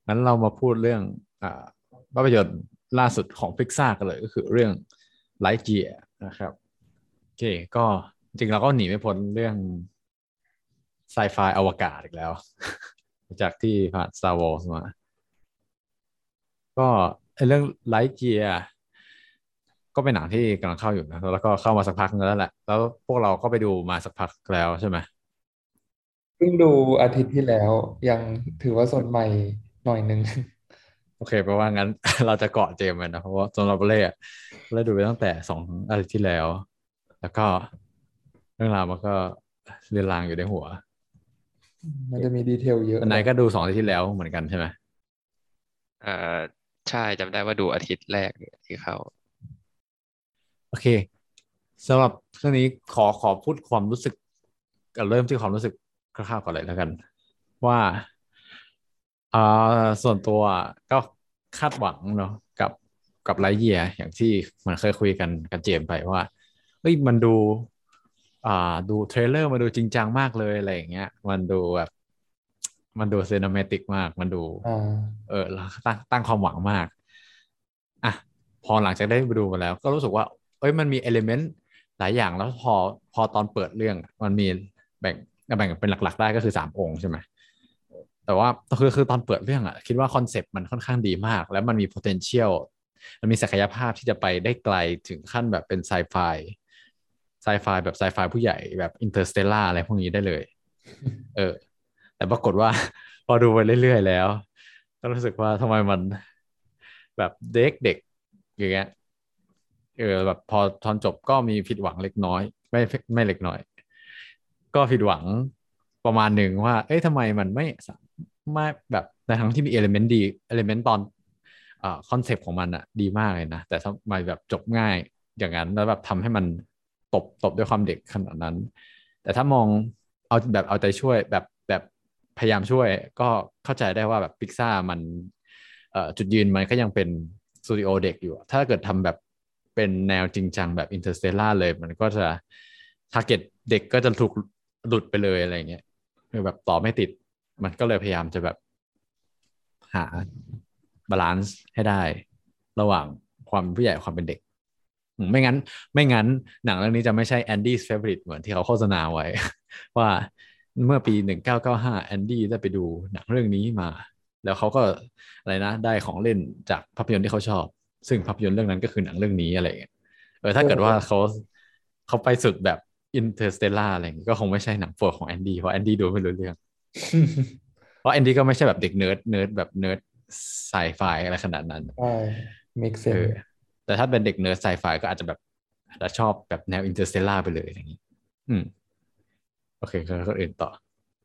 งั้นเรามาพูดเรื่องอ่าภาพยนตร์ล่าสุดของ Pixar กันเลยก็คือเรื่อง Lightyear นะครับโอเคก็จริงเราก็หนีไม่พ้นเรื่องไซไฟอวกาศอีกแล้วจากที่ผ่าน Star Wars มาก็ไอ้เรื่อง Lightyear ก็เป็นหนังที่กำลังเข้าอยู่นะแล้วก็เข้ามาสักพักนึงแล้วแหละแล้วพวกเราก็ไปดูมาสักพักแล้วใช่ไหมเพิ่งดูอาทิตย์ที่แล้วยังถือว่าสดใหม่หน่อยนึงโอเคแปลว่างั้นเราจะเกาะเจมส์เลยนะเพราะว่าสำหรับเล่ดูไปตั้งแต่2 อาทิตย์ที่แล้วแล้วก็เรื่องราวมันก็เรือนรางอยู่ในหัวมันจะมีดีเทลเยอะอันไหนแหละก็ดู2 อาทิตย์ที่แล้วเหมือนกันใช่ไหมเอ่อใช่จำได้ว่าดูอาทิตย์แรกเลยที่เข้าโอเคสำหรับเรื่องนี้ขอพูดความรู้สึกเริ่มที่ความรู้สึกคร่าวๆก่อนเลยแล้วกันว่าอ่าส่วนตัวก็คาดหวังเนาะกับไลท์เยียร์อย่างที่มันเคยคุยกันกับเจมส์ไปว่าเฮ้ยมันอ่าดูเทรลเลอร์มาดูจริงจังมากเลยอะไรอย่างเงี้ยมันดูแบบมันดูซีนิเมติกมากมันดูอ่าแล้วตั้งความหวังมากอ่ะพอหลังจากได้ไปดูมาแล้วก็รู้สึกว่าเอ้ยมันมีเอลิเมนต์หลายอย่างแล้วพอตอนเปิดเรื่องอะมันมีแบ่งแบ่งเป็นหลักๆได้ก็คือ3 องค์ใช่ไหม แต่ว่าคือตอนเปิดเรื่องอะคิดว่าคอนเซปต์มันค่อนข้างดีมากแล้วมันมี potential มันมีศักยภาพที่จะไปได้ไกลถึงขั้นแบบเป็นไซไฟแบบไซไฟผู้ใหญ่แบบอินเตอร์สเตลล่าอะไรพวกนี้ได้เลยเออแต่ปรากฏว่าพอดูไปเรื่อยๆแล้วก็รู้สึกว่าทำไมมันแบบเด็กอย่างเงี้ยแบบพอตอนจบก็มีผิดหวังเล็กน้อยไม่เล็กน้อยก็ผิดหวังประมาณหนึ่งว่าเอ้ยทำไมมันไม่แบบในทั้งที่มีเอลิเมนต์ดีเอลิเมนต์ตอนคอนเซปต์ของมันอะดีมากเลยนะแต่ทำไมแบบจบง่ายอย่างนั้นแล้วแบบทำให้มันตบด้วยความเด็กขนาดนั้นแต่ถ้ามองเอาใจช่วยแบบพยายามช่วยก็เข้าใจได้ว่าแบบพิกซ่ามันจุดยืนมันก็ยังเป็นสตูดิโอเด็กอยู่ถ้าเกิดทำแบบเป็นแนวจริงจังแบบอินเตอร์สเตลล่าเลยมันก็จะทาร์เก็ตเด็กก็จะถูกหลุดไปเลยอะไรเงี้ยคือแบบต่อไม่ติดมันก็เลยพยายามจะแบบหาบาลานซ์ให้ได้ระหว่างความเป็นผู้ใหญ่กับความเป็นเด็กไม่งั้นหนังเรื่องนี้จะไม่ใช่แอนดี้ s เฟ v o r ริตเหมือนที่เขาโฆษณาไว้ว่าเมื่อปี1995แอนดี้ได้ไปดูหนังเรื่องนี้มาแล้วเขาก็อะไรนะได้ของเล่นจากภาพยนตร์ที่เขาชอบซึ่งภาพยนตร์เรื่องนั้นก็คือหนังเรื่องนี้อะไรอย่างเงี้ยถ้าเกิดว่าเออเขาไปสุดแบบอินเตอร์สเตลล่าอะไรอย่างเงี้ยก็คงไม่ใช่หนังโปรดของแอนดี้เพราะแอนดี้ดูไม่รู้เรื่องเพราะแอนดี้ก็ไม่ใช่แบบเด็กเนิร์ดแบบเนิร์ดไซไฟอะไรขนาดนั้นใช่ make เออ sense แต่ถ้าเป็นเด็กเนิร์ดไซไฟก็อาจจะแบบอาจจะชอบแบบแนวอินเตอร์สเตลล่าไปเลยอย่างนี้อืมโอเคก็อื่นต่อ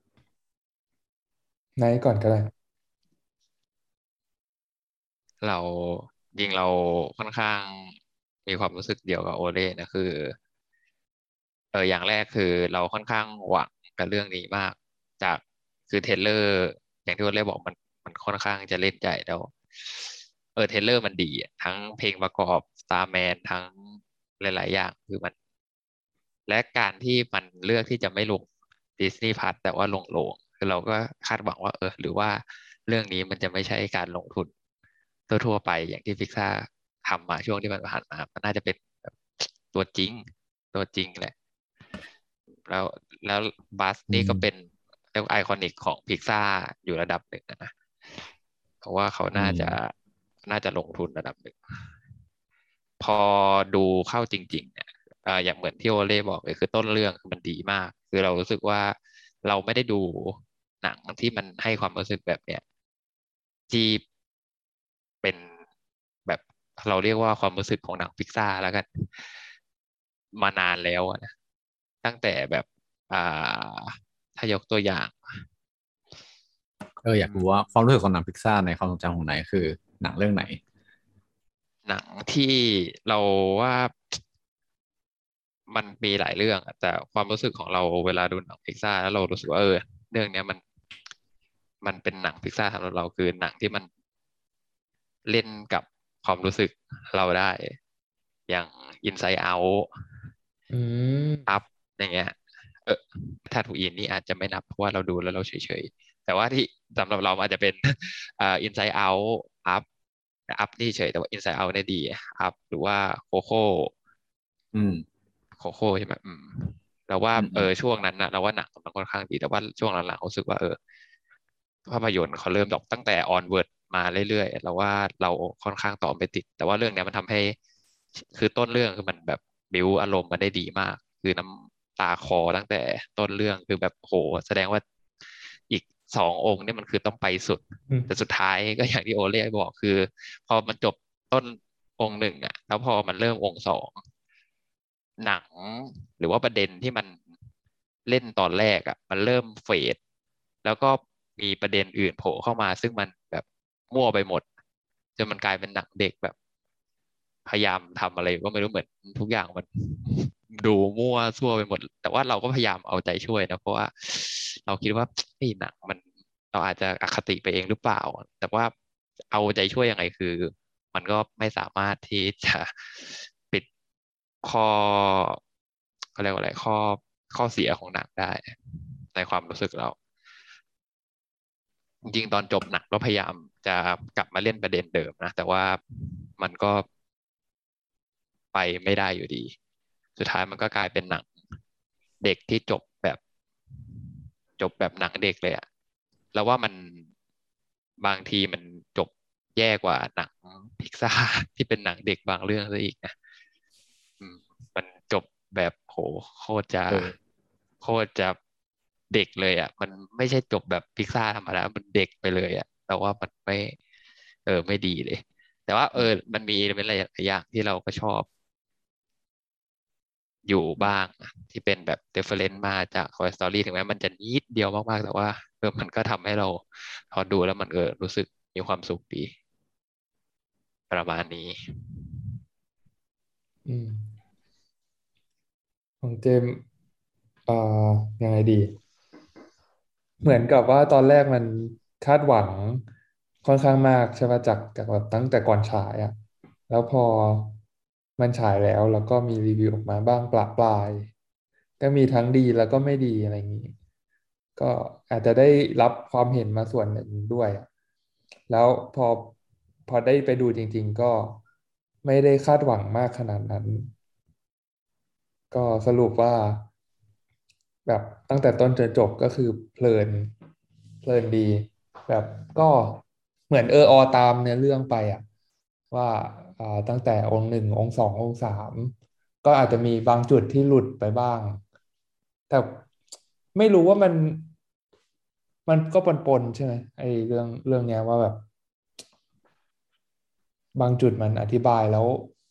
ไหนก่อนก็ได้เรายิงเราค่อนข้างมีความรู้สึกเดียวกับโอเล่นะคืออย่างแรกคือเราค่อนข้างหวังกับเรื่องนี้มากจากคือเทรลเลอร์อย่างที่โอเล่บอกมันค่อนข้างจะเล่นใหญ่แล้วเทรลเลอร์มันดีอะทั้งเพลงประกอบสตาร์แมนทั้งหลายๆอย่างคือมันและการที่มันเลือกที่จะไม่ลงดิสนีย์พัทแต่ว่าลงโรงคือเราก็คาดหวังว่าหรือว่าเรื่องนี้มันจะไม่ใช่การลงทุนทั่วๆไปอย่างที่พิกซ่าทำมาช่วงที่มันผ่านมามันน่าจะเป็นแบบตัวจริงตัวจริงแหละแล้วแล้วบัสอืนี่ก็เป็นมเรียกว่าไอคอนิกของพิกซ่าอยู่ระดับหนึ่งนะเพราะว่าเขาอืมน่าจะลงทุนระดับหนึ่ง พอดูเข้าจริงๆเนี่ยอย่างเหมือนที่โอเล่บอกเลยคือต้นเรื่องคือมันดีมากคือเรารู้สึกว่าเราไม่ได้ดูหนังที่มันให้ความรู้สึกแบบเนี้ยที่เป็นแบบเราเรียกว่าความรู้สึกของหนังพิกซ่าแล้วกันมานานแล้วอะนะตั้งแต่แบบอ่าถ้ายกตัวอย่างอยากรู้ว่าความรู้สึกของหนังพิกซ่าในความทรงจำของไหนคือหนังเรื่องไหนหนังที่เราว่ามันมีหลายเรื่องอะแต่ความรู้สึกของเราเวลาดูหนังพิกซ่าแล้วเรารู้สึกว่าเรื่องเนี้ยมันเป็นหนังพิกซ่าสำหรับเราคือหนังที่มันเล่นกับความรู้สึกเราได้อย่าง Inside Out อืมอัพอย่างเงี้ยเออถ้าถูกอินนี่อาจจะไม่นับเพราะว่าเราดูแล้วเราเฉยแต่ว่าที่สำหรับเราอาจจะเป็นInside Out อัพนี่เฉยแต่ว่า Inside Out เนี่ยดีอัพหรือว่าโคโค่อืมใช่ไหมเราว่าอืมช่วงนั้นนะเราว่าหนังมันค่อนข้างดีแต่ว่าช่วงหลังๆรู้สึกว่าภาพยนตร์เขาเริ่มดอกตั้งแต่ Onward มาเรื่อยๆเราว่าเราค่อนข้างต่อไม่ติดแต่ว่าเรื่องเนี้ยมันทำให้คือต้นเรื่องคือมันแบบบิวอารมณ์มันได้ดีมากคือน้ำตาคอตั้งแต่ต้นเรื่องคือแบบโหแสดงว่าอีก2 องค์เนี่ยมันคือต้องไปสุดอืมแต่สุดท้ายก็อย่างที่โอเล่บอกคือพอมันจบต้นองค์ 1อ่ะแล้วพอมันเริ่มองค์ 2หนังหรือว่าประเด็นที่มันเล่นตอนแรกอ่ะมันเริ่มเฟดแล้วก็มีประเด็นอื่นโผล่เข้ามาซึ่งมันแบบมั่วไปหมดจนมันกลายเป็นหนังเด็กแบบพยายามทำอะไรก็ไม่รู้เหมือนทุกอย่างมันดูมั่วซั่วไปหมดแต่ว่าเราก็พยายามเอาใจช่วยนะเพราะว่าเราคิดว่าไอ้หนังมันเราอาจจะอคติไปเองหรือเปล่าแต่ว่าเอาใจช่วยยังไงคือ มันก็ไม่สามารถที่จะปิดข้อเขาเรียกว่าอะไรข้อเสียของหนังได้ในความรู้สึกเราจริงๆตอนจบหนังก็พยายามจะกลับมาเล่นประเด็นเดิมนะแต่ว่ามันก็ไปไม่ได้อยู่ดีสุดท้ายมันก็กลายเป็นหนังเด็กที่จบแบบหนังเด็กเลยอะแล้วว่ามันบางทีมันจบแย่กว่าหนังพิกซ่าที่เป็นหนังเด็กบางเรื่องซะอีกนะ อืมมันจบแบบโหโคตรจะเออโคตรจะเด็กเลยอ่ะมันไม่ใช่จบแบบพิกซ่าธรรมดามันเด็กไปเลยอ่ะแต่ว่ามันไม่ดีเลยแต่ว่ามันมีเป็นหลายอย่างที่เราก็ชอบอยู่บ้างอะที่เป็นแบบ reference มาจาก Toy Story ถึงแม้มันจะนิดเดียวมากๆแต่ว่ามันก็ทำให้เราพอดูแล้วมันรู้สึกมีความสุขดีประมาณนี้อืมของเจมส์เอ่อยังไงดี เหมือนกับว่าตอนแรกมันคาดหวังค่อนข้างมากใช่ไหมจากแบบตั้งแต่ก่อนฉายอ่ะแล้วพอมันฉายแล้วก็มีรีวิวออกมาบ้างปละปลายก็มีทั้งดีแล้วก็ไม่ดีอะไรอย่างนี้ก็อาจจะได้รับความเห็นมาส่วนหนึ่งด้วยอะแล้วพอได้ไปดูจริงๆก็ไม่ได้คาดหวังมากขนาดนั้น ก็สรุปว่าแบบตั้งแต่ต้นจนจบก็คือเพลินดีแบบก็เหมือนอตามเนื้อเรื่องไปอ่ะว่าตั้งแต่องค์ 1องค์ 2องค์ 3ก็อาจจะมีบางจุดที่หลุดไปบ้างแต่ไม่รู้ว่ามันก็ปนใช่ไหมไอ้เรื่องเนี้ยว่าแบบบางจุดมันอธิบายแล้ว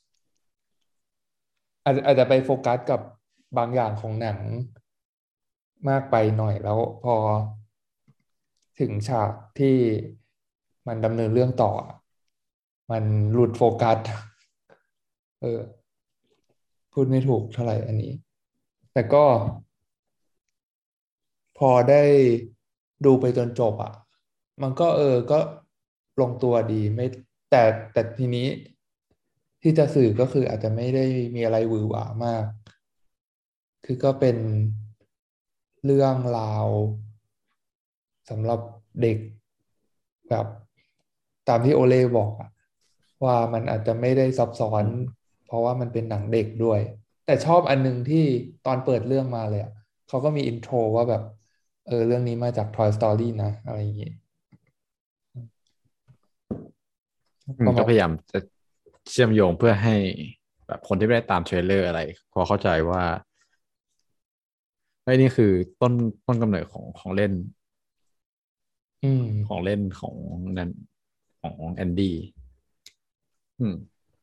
อาจจะไปโฟกัสกับบางอย่างของหนัง มากไปหน่อยแล้วพอถึงฉากที่มันดำเนินเรื่องต่ออะมันหลุดโฟกัสเออพูดไม่ถูกเท่าไหร่อันนี้แต่ก็พอได้ดูไปจนจบอ่ะมันก็ก็ลงตัวดีไม่แต่แต่ทีนี้ที่จะสื่อก็คืออาจจะไม่ได้มีอะไรหวือหวามากคือก็เป็นเรื่องราวสำหรับเด็ก แบบตามที่โอเล่บอกอะว่ามันอาจจะไม่ได้ซับซ้อนอืมเพราะว่ามันเป็นหนังเด็กด้วยแต่ชอบอันหนึงที่ตอนเปิดเรื่องมาเลยอะเขาก็มีอินโทรว่าแบบเรื่องนี้มาจาก Toy Story นะอะไรอย่างงี้ประมาณก็พยายามจะเชื่อมโยงเพื่อให้แบบคนที่ไม่ได้ตามเทรลเลอร์อะไรพอเข้าใจว่าไอ้ยนี่คือต้นต้นกำเนิดของเล่นอืมของเล่นของนั้นของแอนดี้อืม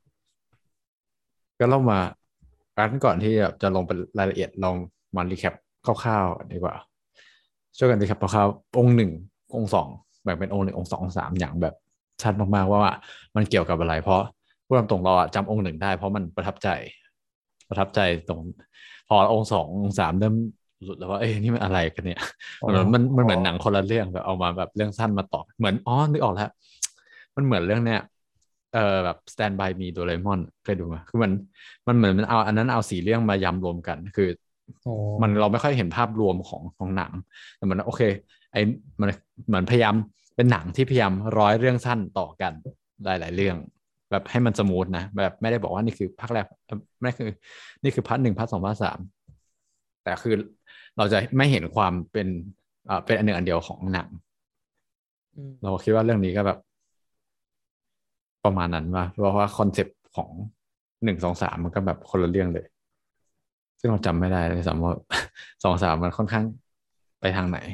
ก็เรามาอันก่อนที่จะลงไปรายละเอียดลองมารีแคปคร่าวๆดีกว่าช่วยกันรีแคปคร่าวๆองค์ 1องค์ 2แบ่งเป็นองค์ 1องค์ 2องค์ 3อย่างแบบชัดมากๆว่ามันเกี่ยวกับอะไรเพราะพูดตรงๆเราอะจำองค์ 1ได้เพราะมันประทับใจตรงพอองค์ 2องค์ 3เริ่มรู้สึกแล้วว่าเอ้ยนี่มันอะไรกันเนี่ยอ๋อมันเหมือนหนังคนละเรื่องแบบเอามาแบบเรื่องสั้นมาต่อเหมือนอ๋อนึกออกแล้วมันเหมือนเรื่องเนี้ยแบบ Stand by Me โดเรมอนเคยดูไหมคือมันเหมือนมันเอาอันนั้นเอา4 เรื่องมายำรวมกันคือโอ้มันเราไม่ค่อยเห็นภาพรวมของหนังแต่มันโอเคไอ้มันเหมือนพยายามเป็นหนังที่พยายามร้อยเรื่องสั้นต่อกันหลายๆเรื่องแบบให้มันสมูทนะแบบไม่ได้บอกว่านี่คือภาคแรกไม่คือนี่คือพาร์ทหนึ่งพาร์ทสองพาร์ทสามแต่คือเราจะไม่เห็นความเป็นอันหนึ่งอันเดียวของหนังอืมเราคิดว่าเรื่องนี้ก็แบบประมาณนั้นว่าเพราะว่าคอนเซปต์ของหนึ่งสองสามมันก็แบบคนละเรื่องเลยซึ่งเราจำไม่ได้เลยสามว่าสองสามมันค่อนข้างไปทางไหน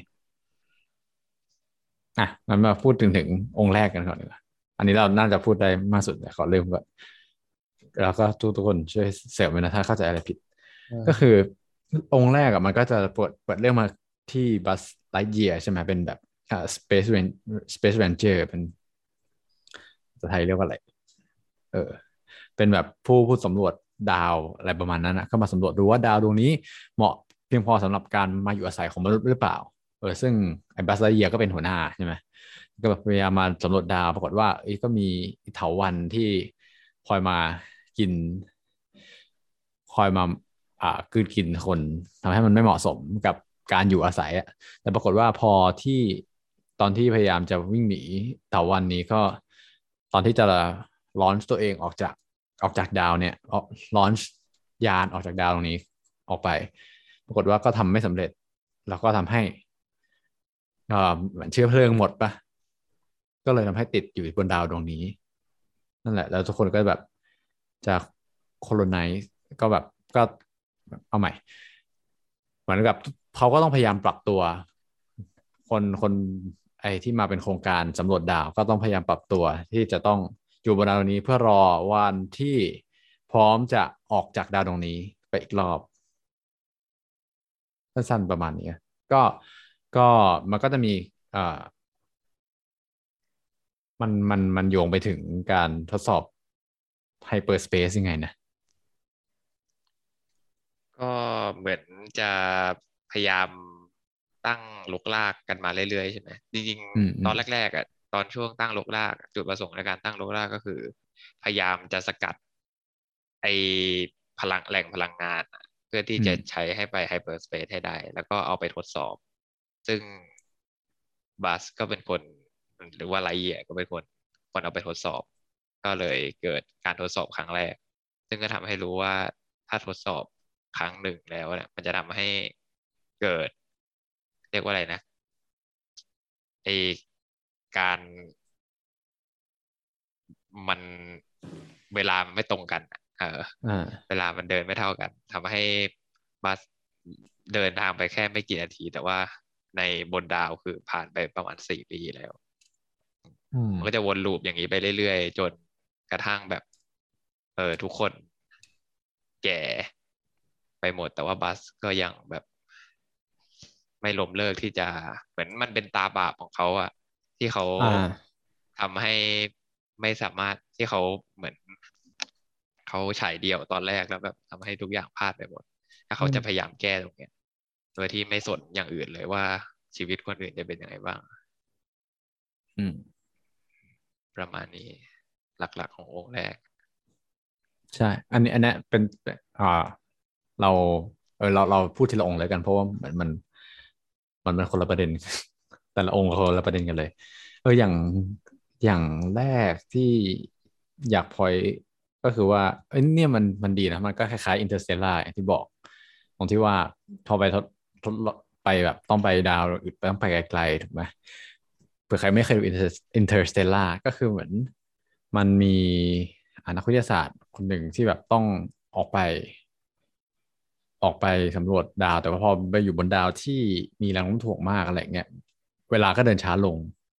อ่ะงั้นมาพูดถึงองค์แรกกันก่อนดีกว่าอันนี้เราน่าจะพูดได้มากสุดแต่ขอเริ่มก่อนแล้วก็ทุกคนช่วยเสริมไว้นะถ้าเข้าใจอะไรผิดก็คือองค์แรกอ่ะมันก็จะเปิดเรื่องมาที่บัสไลท์เยียร์ใช่ไหมเป็นแบบSpace Ranger เป็นภาษาไทยเรียกว่าอะไรเออเป็นแบบผู้สำรวจดาวอะไรประมาณนั้นนะเข้ามาสำรวจดูว่าดาวดวงนี้เหมาะเพียงพอสำหรับการมาอยู่อาศัยของมนุษย์หรือเปล่าซึ่งไอ้บัสไลท์เยียร์ก็เป็นหัวหน้าใช่ไหม ก็แบบพยายามมาสำรวจดาวปรากฏว่าก็มีเถาวัลย์ที่คอยมากินคอยมากลืนกินคนทำให้มันไม่เหมาะสมกับการอยู่อาศัยอะแต่ปรากฏว่าพอที่ตอนที่พยายามจะวิ่งหนีเถาวัลย์นี้ก็ตอนที่จะลอนช์ตัวเองออกจากดาวเนี่ยลอนช์ยานออกจากดาวตรงนี้ออกไปปรากฏว่าก็ทำไม่สำเร็จแล้วก็ทำให้เหมือนเชื้อเพลิงหมดปะ ก็เลยทำให้ติดอยู่บนดาวดวงนี้นั่นแหละแล้วทุกคนก็แบบจะโคโลไนซ์ก็แบบก็เอาใหม่เหมือนกับเขาก็ต้องพยายามปรับตัวคนไอ้ที่มาเป็นโครงการสำรวจดาวก็ต้องพยายามปรับตัวที่จะต้องอยู่บนดาวดวงนี้เพื่อรอวันที่พร้อมจะออกจากดาวดวงนี้ไปอีกรอบสั้นๆประมาณนี้ก็ก็มันก็จะมีเอ่อ มันโยงไปถึงการทดสอบไฮเปอร์สเปซยังไงนะก็เหมือนจะพยายามตั้งลกลากกันมาเรื่อยๆใช่ไหมจริงๆตอนอืมอืมแรกๆอ่ะตอนช่วงตั้งลกลากจุดประสงค์ในการตั้งลกลากก็คือพยายามจะสกัดไอพลังแหล่งพลังงานอะเพื่อที่จะอืมใช้ให้ไปไฮเปอร์สเปซให้ได้แล้วก็เอาไปทดสอบซึ่งบัสก็เป็นคนหรือว่าไลเอียร์ก็เป็นคนเอาไปทดสอบก็เลยเกิดการทดสอบครั้งแรก ซึ่งก็ทำให้รู้ว่าถ้าทดสอบครั้งหนึ่งแล้วเนี่ยมันจะทำให้เกิดเรียกว่าอะไรนะไอการมันเวลามันไม่ตรงกันอะอ่าเวลามันเดินไม่เท่ากันทำให้บัสเดินทางไปแค่ไม่กี่นาทีแต่ว่าในบนดาวคือผ่านไปประมาณ4 ปีแล้วอืมมันก็จะวนลูปอย่างนี้ไปเรื่อยๆจนกระทั่งแบบทุกคนแก่ไปหมดแต่ว่าบัสก็ยังแบบไม่ล้มเลิกที่จะเหมือนมันเป็นตาบาปของเขาอะที่เขาอ่าทำให้ไม่สามารถที่เขาเหมือนเขาฉายเดี่ยวตอนแรกแล้วแบบทำให้ทุกอย่างพลาดไปหมดถ้าเขาอืมจะพยายามแก้ตรงเนี้ยโดยที่ไม่สนอย่างอื่นเลยว่าชีวิตคนอื่นจะเป็นยังไงบ้างอืมประมาณนี้หลักๆขององค์แรกใช่อันนี้เป็นเราเราพูดทีละองค์เลยกันเพราะว่าเหมือนมันคนละประเด็นแต่ละองค์คนละประเด็นกันเลยอย่างแรกที่อยากพอยก็คือว่าเนี่ยมันดีนะมันก็คล้ายๆอินเตอร์สเตลล่าที่บอกตรงที่ว่าพอไปทดไปแบบต้องไปดาวอื่นต้องไปไกลๆถูกไหมเผื่อใครไม่เคยดูอินเตอร์สเตลล่าก็คือเหมือนมันมีนักวิทยาศาสตร์คนหนึ่งที่แบบต้องออกไป ออกไปสำรวจดาวแต่ว่าพอไปอยู่บนดาวที่มีแรงโน้มถ่วงมากอะไรเงี้ยเวลาก็เดินช้าลง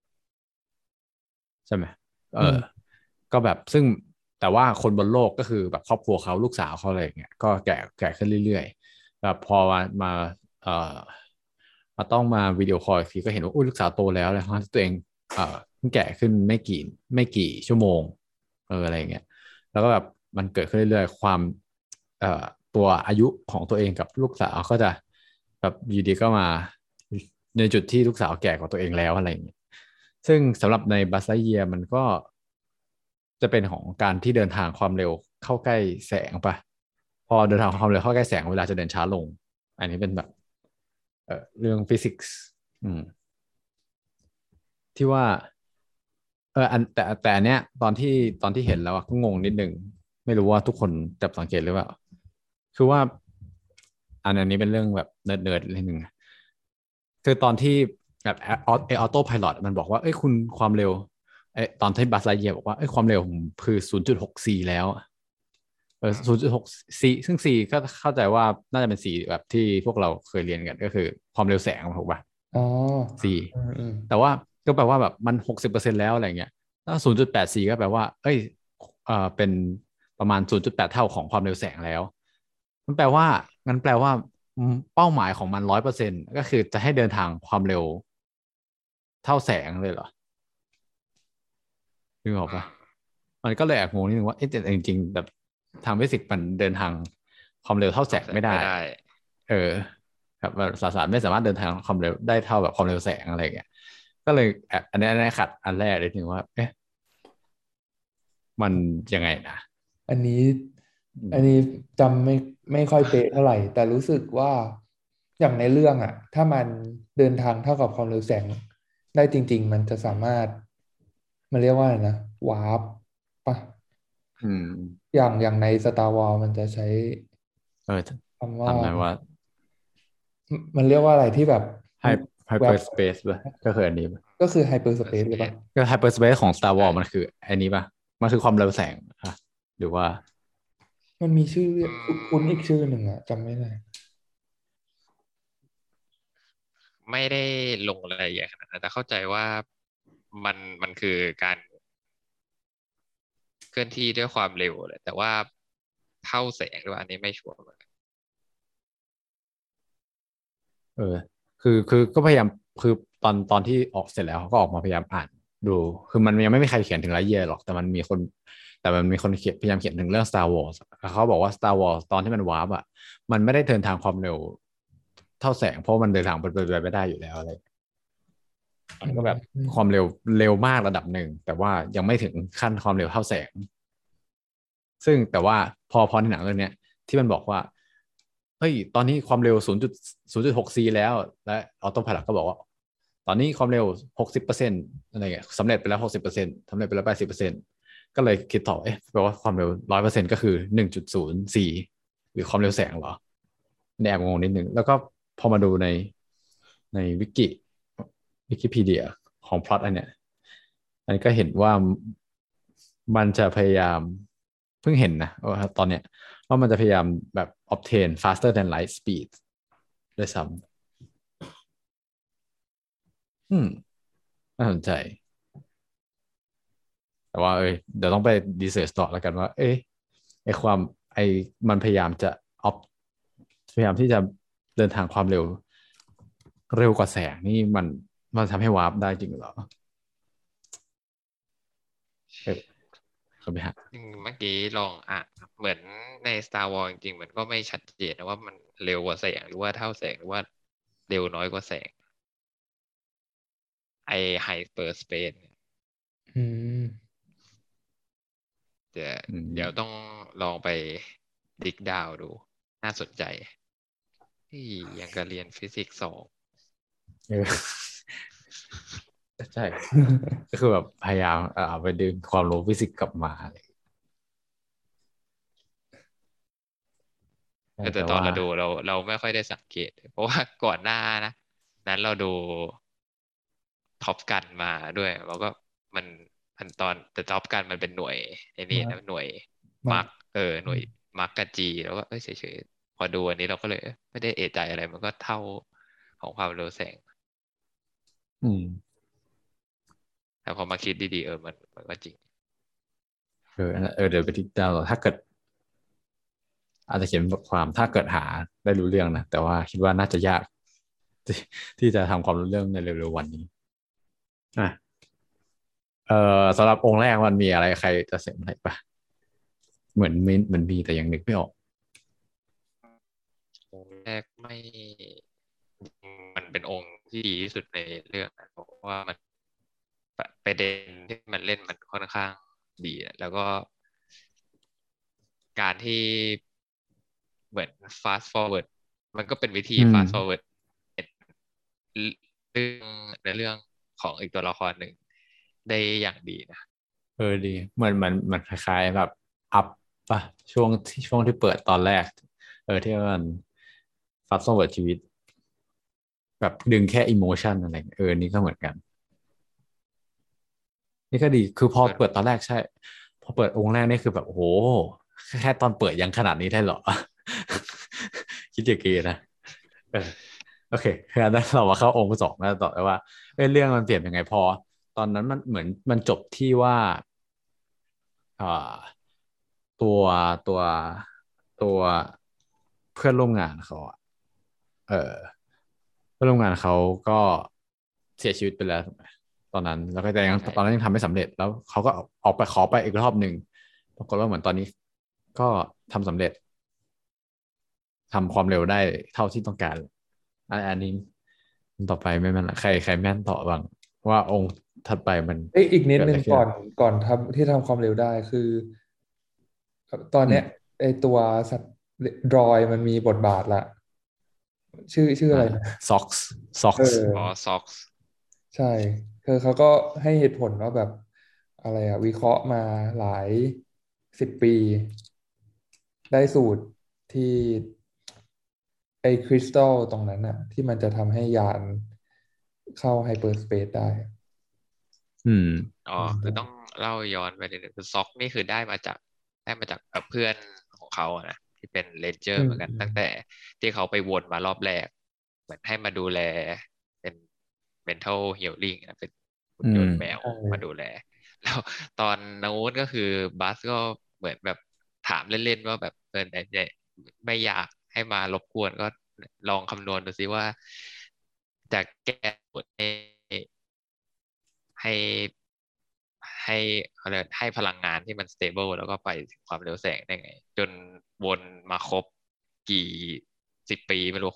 ใช่ไหมเอออืมก็แบบซึ่งแต่ว่าคนบนโลกก็คือแบบครอบครัวเขาลูกสาวเขาอะไรเงี้ยก็แก่ขึ้นเรื่อยๆแบบพอมาเอ่อมาต้องมาวิดีโอคอลอีกทีก็เห็นว่าอุ้ยลูกสาวโตแล้วเลยทั้งที่ตัวเองเพิ่งแก่ขึ้นไม่กี่ชั่วโมงอะไรเงี้ยแล้วก็แบบมันเกิดขึ้นเรื่อยๆความเอ่อตัวอายุของตัวเองกับลูกสาวก็จะแบบอยู่ดีก็มาในจุดที่ลูกสาวแก่กว่าตัวเองแล้วอะไรอย่างเงี้ยซึ่งสำหรับในบัสไลเยียมันก็จะเป็นของการที่เดินทางความเร็วเข้าใกล้แสงปะพอเดินทางความเร็วเข้าใกล้แสงเวลาจะเดินช้าลงอันนี้เป็นแบบเรื่องฟิสิกส์อืมที่ว่าแต่อันเนี้ยตอนที่เห็นแล้วอะก็งงนิดนึงไม่รู้ว่าทุกคนจับสังเกตหรือเปล่าคือว่าอันนี้เป็นเรื่องแบบเนิร์ดนิดนึงคือตอนที่แบบออโต้ไพลอตมันบอกว่าเอ้ยคุณความเร็วตอนที่บัสไลเยียบอกว่าเอ้ยความเร็วผมคือ0.64แล้ว0.6 c ซึ่ง c ก็เข้าใจว่าน่าจะเป็น c แบบที่พวกเราเคยเรียนกันก็คือความเร็วแสงถูกป่ะอ๋อ c อืมแต่ว่าก็แปลว่าแบบมัน60%แล้วอะไรเงี้ยถ้า0.84ก็แปลว่าเอ้ยเป็นประมาณ0.8เท่าของความเร็วแสงแล้วมันแปลว่างั้นแปลว่าเป้าหมายของมัน100%ก็คือจะให้เดินทางความเร็วเท่าแสงเลยเหรอนึกออกอืปะมมันก็เลยแอบงงนิดนึงว่าเอ๊ะแต่จริงๆแบบทางฟิสิกส์มันเดินทางความเร็วเท่าแสเอางไม่ได้แสงไม่ได้เออครับแบบสสารไม่สามารถเดินทางความเร็วได้เท่าแบบความเร็วแสงอะไรอย่างเงี้ยก็เลยแอบอันนี้ขัดอันแรกเลยถึงว่าเอ๊ะมันยังไงนะอันนี้อืมอันนี้จำไม่ค่อยเป๊ะเท่าไหร่แต่รู้สึกว่าอย่างในเรื่องอ่ะถ้ามันเดินทางเท่ากับความเร็วแสงได้จริงๆมันจะสามารถมันเรียกว่าอะไรนะวาร์ปปะอืมอย่างใน Star Wars มันจะใช้เออคำว่าทำไงว่ามันเรียกว่าอะไรที่แบบไฮไฮแวบเปอร์สเปซป่ะก็คืออันนี้ป่ะก็คือไฮเปอร์สเปอร์สเปเปซเลยปะซก็ไฮเปอร์สเปซของ Star ใช่ Wars มันคืออันนี้ป่ะมันคือความเร็วแสงอะหรือว่ามันมีชื่อเรีอืยกคุ้นๆอีกชื่อมหนึ่งอ่ะจำไม่ได้ไม่ได้ลงรายละเอียดขนาดนั้นแต่เข้าใจว่ามันคือการเคลื่อนที่ด้วยความเร็วเลยแต่ว่าเท่าแสงหรือว่าอันนี้ไม่ชัวร์เหมือนกันเออคือก็พยายามคือตอนที่ออกเสร็จแล้วเขาก็ออกมาพยายามอ่านดูคือมันยังไม่มีใครเขียนถึงไลท์เยียร์หรอกแต่มันมีคนเขียนพยายามเขียนถึงเรื่อง Star Wars แล้วเขาบอกว่า Star Wars ตอนที่มันวาร์ปอ่ะมันไม่ได้เดินทางความเร็วเท่าแสงเพราะมันเดินทางไปไม่ได้อยู่แล้วอะไร มัอืนก็แบบความมเร็วมากระดับหนึ่งแต่ว่ายังไม่ถึงขั้นความเร็วเท่าแสงซึ่งแต่ว่าพอในหนังเรื่องเนี้ยที่มันบอกว่าเฮ้ยตอนนี้ความเร็ว0.6 c แล้วและออโต้ไพลอตก็บอกว่าตอนนี้ความเร็ว60%อะไรเงี้ยสำเร็จไปแล้ว60%สำเร็จไปแล้ว80%ก็เลยคิดต่อเอ๊ะแปลว่าความเร็ว100%ก็คือ1.04หรือความเร็วแสงเหรอแอบงงนิดนึงแล้วก็พอมาดูในวิกิพีเดียของพล็อตอันเนี้ยอันนี้ก็เห็นว่ามันจะพยายามเพิ่งเห็นนะว่าตอนเนี้ยว่ามันจะพยายามแบบ obtain faster than light speed ด้วยซ้ำน่าสนใจแต่ว่าเดี๋ยวต้องไปดีเสิร์ชต่อแล้วกันว่าไอความไอมันพยายามจะ op พยายามที่จะเดินทางความเร็วกว่าแสงนี่มันทำให้วาร์ปได้จริงเหรอเออเข้าไปหาเมื่อกี้ลองอ่านครับเหมือนใน Star Wars จริงๆมันก็ไม่ชัดเจนนะว่ามันเร็วกว่าแสงหรือว่าเท่าแสงหรือว่าเร็วน้อยกว่าแสงไอไฮเปอร์สเปซอืมเดี๋ยวอืมเดี๋ยวต้องลองไปดิกดาวดูน่าสนใจที่ยังกับเรียนฟิสิกส์2 เออใช่ก็คือแบบพยายามเอาไปดึงความรู้ฟิสิกส์กลับมาอะไรใช่แต่แต่ว่าตอนเราดูเราไม่ค่อยได้สังเกตเพราะว่าก่อนหน้านะนั้นเราดูท็อปกันมาด้วยแล้วก็มันมันตอนแต่ท็อปกันมันเป็นหน่วยไอ้นี่มานะหน่วยมามาร์กหน่วยมาร์กกับจีแล้วก็เฉยๆพอดูอันนี้เราก็เลยไม่ได้เอะใจอะไรมันก็เท่าของความเร็วแสงอืมแต่พอมาคิดดีๆมันก็จริงเดี๋ยวไปติดตามถ้าเกิดอาจจะเขียนบทความถ้าเกิดหาได้รู้เรื่องนะแต่ว่าคิดว่าน่าจะยากที่ที่จะทำความรู้เรื่องในเร็วๆวันนี้อ่ะเอ่สำหรับองค์แรกมันมีอะไรใครจะเสริมอะไรปะเหมือนมีแต่ยังนึกไม่ออกองค์แรกไม่มันเป็นองค์ที่ดีที่สุดในเรื่องนะเพราะว่ามันประเด็นที่มันเล่นมันค่อนข้างดีอะแล้วก็การที่เหมือน fast forward มันก็เป็นวิธีอืม fast forward เรื่องในเรื่องของอีกตัวละครหนึ่งได้อย่างดีนะดีเหมือนคล้ายๆแบบอัพป่ะช่วงที่เปิดตอนแรกที่มันฟัดโซเวิร์ดชีวิตแบบดึงแค่อิโมชันอะไรเงี้ยนี่ก็เหมือนกันนี่ก็ดีคือพอส่วนเปิดตอนแรกใช่พอเปิดองค์แรกนี่คือแบบโอ้โหแค่ตอนเปิดยังขนาดนี้ได้เหรอคิดอย่างนี้นะเออโอเคงั้นเรามาเข้าองค์สองแล้วต่อเลยว่าเรื่องมันเปลี่ยนยังไงพอตอนนั้นมันเหมือนมันจบที่ว่า อ่าตัวตัวตัวเพื่อนร่วมงานเขาอะเออเพื่อนร่วมงานเขาก็เสียชีวิตไปแล้วถูกไหมตอนนั้นแล้วก็แต่ยังใช่ตอนนั้นยังทำไม่สำเร็จแล้วเขาก็ออกไปขอไปอีกรอบหนึ่งปรากฏว่าเหมือนตอนนี้ก็ทำสำเร็จทำความเร็วได้เท่าที่ต้องการอันนี้ต่อไปไม่แม่นละใครแม่นต่อบ้างว่าองค์ถัดไปมันอีกนิเกิดอะไรขึ้นดนึงก่อนทำที่ทำความเร็วได้คือตอนอืมเนี้ยไอตัวสัตว์ดรอยมันมีบทบาทละชื่ออ่าอะไรนะซ็อกเอซ์อ๋ออซ็อกซ์ใช่คือเขาก็ให้เหตุผลว่าแบบอะไรอะวิเคราะห์มาหลาย10 ปีได้สูตรที่ไอคริสตัลตรงนั้นอะที่มันจะทำให้ยานเข้าไฮเปอร์สเปซได้อะอืมอ๋ออืคือต้องมเล่าย้อนไปนิดนึงคือซ็อกนี่คือได้มาจากเพื่อนของเขาอะนะที่เป็นเรนเจอร์เหมือนกันอืมตั้งแต่ที่เขาไปวนมารอบแรกเหมือนให้มาดูแลเป็น mental healing นะเป็นหุ่นอืมยนต์แมวใช่มาดูแลแล้วตอนนู้นก็คือบัสก็เหมือนแบบถามเล่นๆว่าแบบเนี่ยไม่อยากให้มารบกวนก็ลองคำนวณดูซิว่าจะแก้บทให้ให้อะไรยกให้พลังงานที่มัน stable แล้วก็ไปถึงความเร็วแสงได้ไงจนวนมาครบกี่10 ปีไม่รู้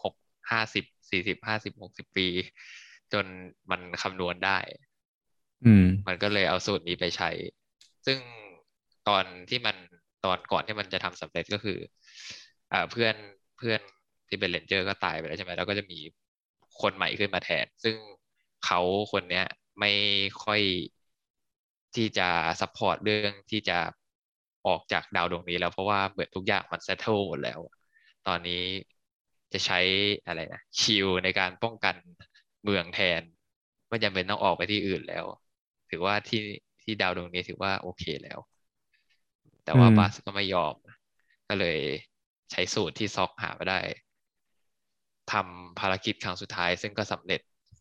50 40 50 60 ปีจนมันคำนวณได้อืมมันก็เลยเอาสูตรนี้ไปใช้ซึ่งตอนที่มันตอนก่อนที่มันจะทำสำเร็จก็คือเพื่อนเพื่อนที่เป็นเรนเจอร์ก็ตายไปแล้วใช่ไหมแล้วก็จะมีคนใหม่ขึ้นมาแทนซึ่งเขาคนเนี้ยไม่ค่อยที่จะซัพพอร์ตเรื่องที่จะออกจากดาวดวงนี้แล้วเพราะว่าเหมือนทุกอย่างมันเซ t เทิลหมดแล้วตอนนี้จะใช้อะไรนะชิลในการป้องกันเมืองแทนไม่จำเป็นต้องออกไปที่อื่นแล้วถือว่าที่ดาวดวงนี้ถือว่าโอเคแล้วแต่อืมว่าบัสก็ไม่ยอมก็เลยใช้สูตรที่ซอกหามาได้ทำภารกิจครั้งสุดท้ายซึ่งก็สำเร็จ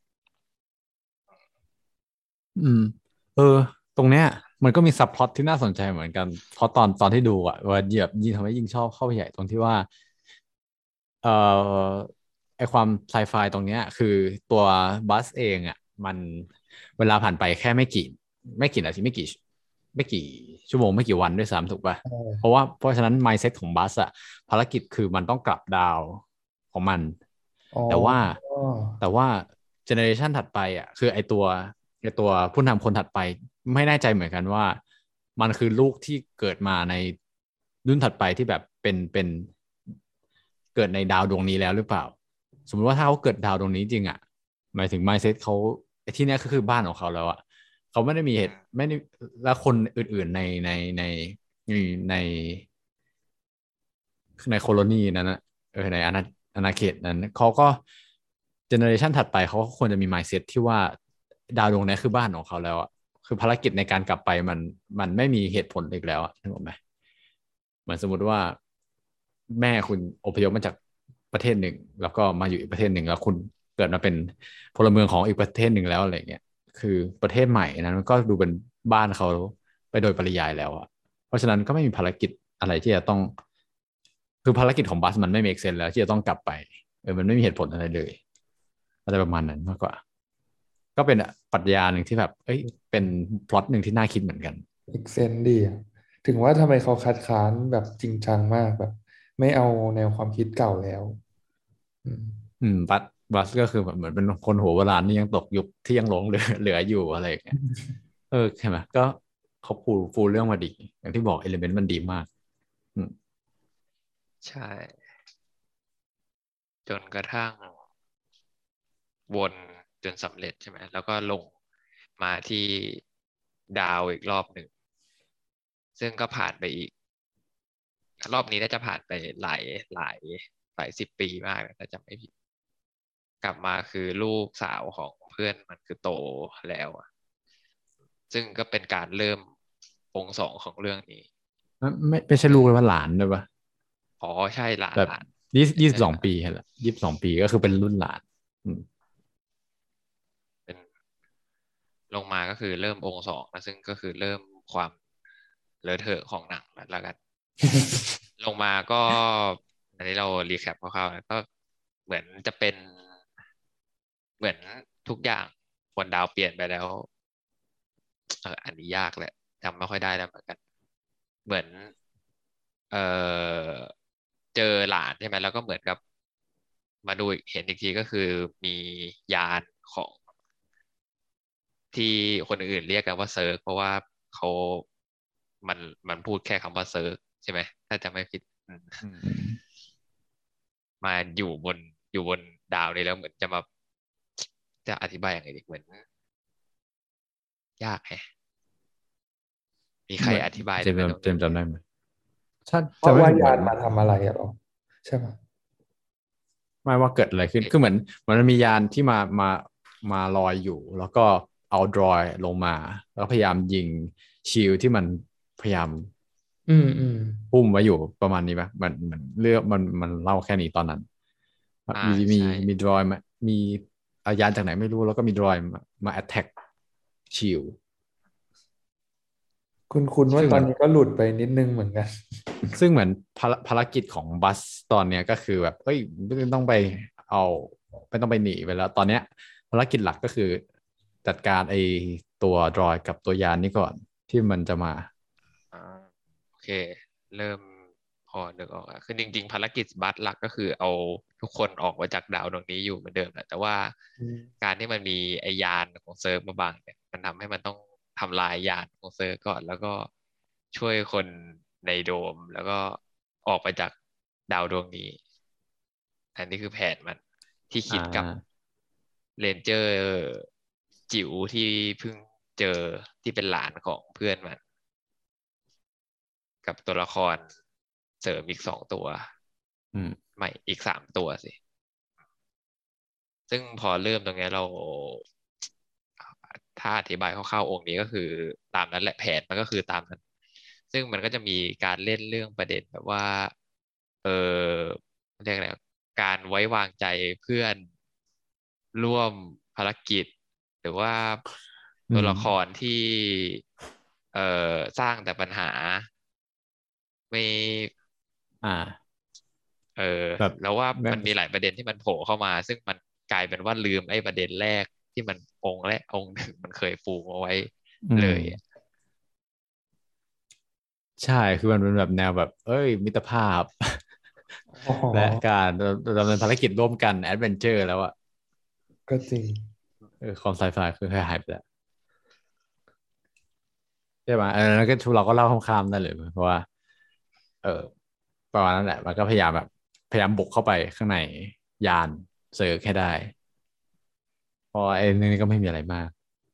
อืมเออตรงเนี้ยมันก็มีซับพล็อตที่น่าสนใจเหมือนกันเพราะตอนที่ดูอ่ะว่าเหยียบยิ่งทำให้ยิ่งชอบเข้าไปใหญ่ตรงที่ว่าเอ่อไอความไซไฟตรงเนี้ยคือตัวบัสเองอ่ะมันเวลาผ่านไปแค่ไม่กี่นาทีไม่กี่ชั่วโมงไม่กี่วันด้วยซ้ำถูกป่ะใช่เพราะฉะนั้น mindset ของบัสอ่ะภารกิจคือมันต้องกลับดาวของมันอ๋อแต่ว่าแต่ว่าเจเนอเรชันถัดไปอ่ะคือไอตัวผู้นำคนถัดไปไม่แน่ใจเหมือนกันว่ามันคือลูกที่เกิดมาในรุ่นถัดไปที่แบบเป็นเกิดในดาวดวงนี้แล้วหรือเปล่าสมมติว่าถ้าเขาเกิดดาวดวงนี้จริงอ่ะหมายถึง mindset เขาไอ้ที่เนี้ยก็คือบ้านของเขาแล้วอ่ะเขาไม่ได้มีเหตุไม่ได้แล้วคนอื่นๆในในในโคโลนีนั้นนะในอาณาเขตนั้นเขาก็เจเนอเรชันถัดไปเขาก็ควรจะมี mindset ที่ว่าดาวดวงนี้คือบ้านของเขาแล้วอะคือภารกิจในการกลับไปมันไม่มีเหตุผลอีกแล้วอะนึกออกไหมเหมือนสมมติว่าแม่คุณอพยพมาจากประเทศหนึ่งแล้วก็มาอยู่อีกประเทศหนึ่งแล้วคุณเกิดมาเป็นพลเมืองของอีกประเทศหนึ่งแล้วอะไรเงี้ยคือประเทศใหม่นั้นมันก็ดูเป็นบ้านเขาไปโดยปริยายแล้วอะเพราะฉะนั้นก็ไม่มีภารกิจอะไรที่จะต้องคือภารกิจของบัสมันไม่ make sense แล้วที่จะต้องกลับไปมันไม่มีเหตุผลอะไรเลยอะไรประมาณนั้นมากกว่าก็เป็นปรัชญาหนึ่งที่แบบเป็นพล็อตหนึ่งที่น่าคิดเหมือนกันอีกเซนดีอะถึงว่าทำไมเขาคัดค้านแบบจริงจังมากแบบไม่เอาแนวความคิดเก่าแล้วอืมบัสก็คือแบบเหมือนเป็นคนหัวโบราณที่ยังตกยุคที่ยังหลงเหลืออยู่อะไรอย่างเงี้ยใช่ไหมก็เขาปูเรื่องมาดีอย่างที่บอกเอลิเมนต์มันดีมากอืมใช่จนกระทั่งวนจนสำเร็จใช่ไหมแล้วก็ลงมาที่ดาวอีกรอบหนึ่งซึ่งก็ผ่านไปอีกรอบนี้น่าจะผ่านไปหลายหลายหลายสิบปีมากนะถ้าจำไม่ผิดกลับมาคือลูกสาวของเพื่อนมันคือโตแล้วอะซึ่งก็เป็นการเริ่มองค์สองของเรื่องนี้ไม่ใช่ซึ่งลูกเลยว่าหลานด้วยปะอ๋อใช่หลานแบบหลาน 22 ใช่หลานปีเหรอ22 ปีก็คือเป็นรุ่นหลานอืมเป็นลงมาก็คือเริ่มองค์สองนะซึ่งก็คือเริ่มความเลอะเทอะของหนังแล้วกัน ลงมาก็อันนี้เรารีแคปคร่าวๆนะก็เหมือนจะเป็นเหมือนทุกอย่างบนดาวเปลี่ยนไปแล้วอันนี้ยากแหละจำไม่ค่อยได้แล้วเหมือนกันเหมือนเออเจอหลานใช่ไหมแล้วก็เหมือนกับมาดูเห็นอีกทีก็คือมียานของที่คนอื่นเรียกกันว่าเซิร์กเพราะว่าเขามันมันพูดแค่คำว่าเซิร์กใช่ไหมถ้าจะไม่ผิดอืมมาอยู่บนดาวนี้แล้วเหมือนจะมาจะอธิบายยังไงดีเหมือนยากแฮะมีใครเหมือนอธิบายได้ไหมตรงนี้เจมส์จำได้ไหมถ้าว่าจำไม่ว่าผิดเหมือนยานมาทำอะไรอะหรอใช่ไหมไม่ว่าเกิดอะไรขึ้นคือเหมือนมันมียานที่มาลอยอยู่แล้วก็เอาดรอยลงมาแล้วพยายามยิงชิลที่มันพยายามอืมพุ่มไว้อยู่ประมาณนี้ปะมันเรื่องมันเล่าแค่นี้ตอนนั้นอ่ามีมีใช่มีดรอยมามีอายานจากไหนไม่รู้แล้วก็มีดรอยมาแอตแทกชิลคุณว่าซึ่งเหมือนตอนนี้ก็หลุดไปนิดนึงเหมือนกันซึ่งเหมือนภารกิจของบัสตอนเนี้ยก็คือแบบเอ้ยไม่ต้องไปเอาไม่ต้องไปหนีไปแล้วตอนเนี้ยภารกิจหลักก็คือจัดการไอ้ตัวดรอยกับตัวยานนี้ก่อนที่มันจะมาอ่าโอเคเริ่มพอนึกออกอะคือจริงๆภารกิจบัสหลักก็คือเอาทุกคนออกมาจากดาวดวงนี้อยู่เหมือนเดิมแหละแต่ว่าอืมการที่มันมีไอยานของเซิร์ฟมาบังเนี่ยมันทำให้มันต้องทำลายยานของเซิร์ฟก่อนแล้วก็ช่วยคนในโดมแล้วก็ออกไปจากดาวดวงนี้อันนี้คือแผนมันที่อ่คิดกับาเรนเจอร์จิ๋วที่เพิ่งเจอที่เป็นหลานของเพื่อนมัน กับตัวละครเสริมอีก2 ตัวอืมไม่อีก3 ตัวสิซึ่งพอเริ่มตรงเนี้ยเราถ้าอธิบายคร่าวๆองค์นี้ก็คือตามนั้นแหละแผนมันก็คือตามนั้นซึ่งมันก็จะมีการเล่นเรื่องประเด็นแบบว่าเออเรียกอะไรการไว้วางใจเพื่อนร่วมภารกิจหรือว่าอืมตัวละครที่เอ่สร้างแต่ปัญหาไม่อ่าเออแบบแล้วว่าไม่มันมีหลายประเด็นที่มันโผล่เข้ามาซึ่งมันกลายเป็นว่าลืมไอ้ประเด็นแรกที่มันองค์และองค์หนึ่งมันเคยปูมาไว้อืมเลยอะใช่คือมันเป็นแบบแนวแบบเอ้ยมิตรภาพอ๋อและการดำเนินภารกิจร่วมกันแอดเวนเจอร์แล้วอะก็จริงความไซไฟคือหายไปแล้ว ใช่ไหมแล้วก็เราก็เล่าข้ามๆได้เลยเพราะว่าเออประมาณนั้นแหละมันก็พยายามบุกเข้าไปข้างในยานเซิร์ฟให้ได้เพราะไอ้เรื่องนี้ก็ไม่มีอะไรมาก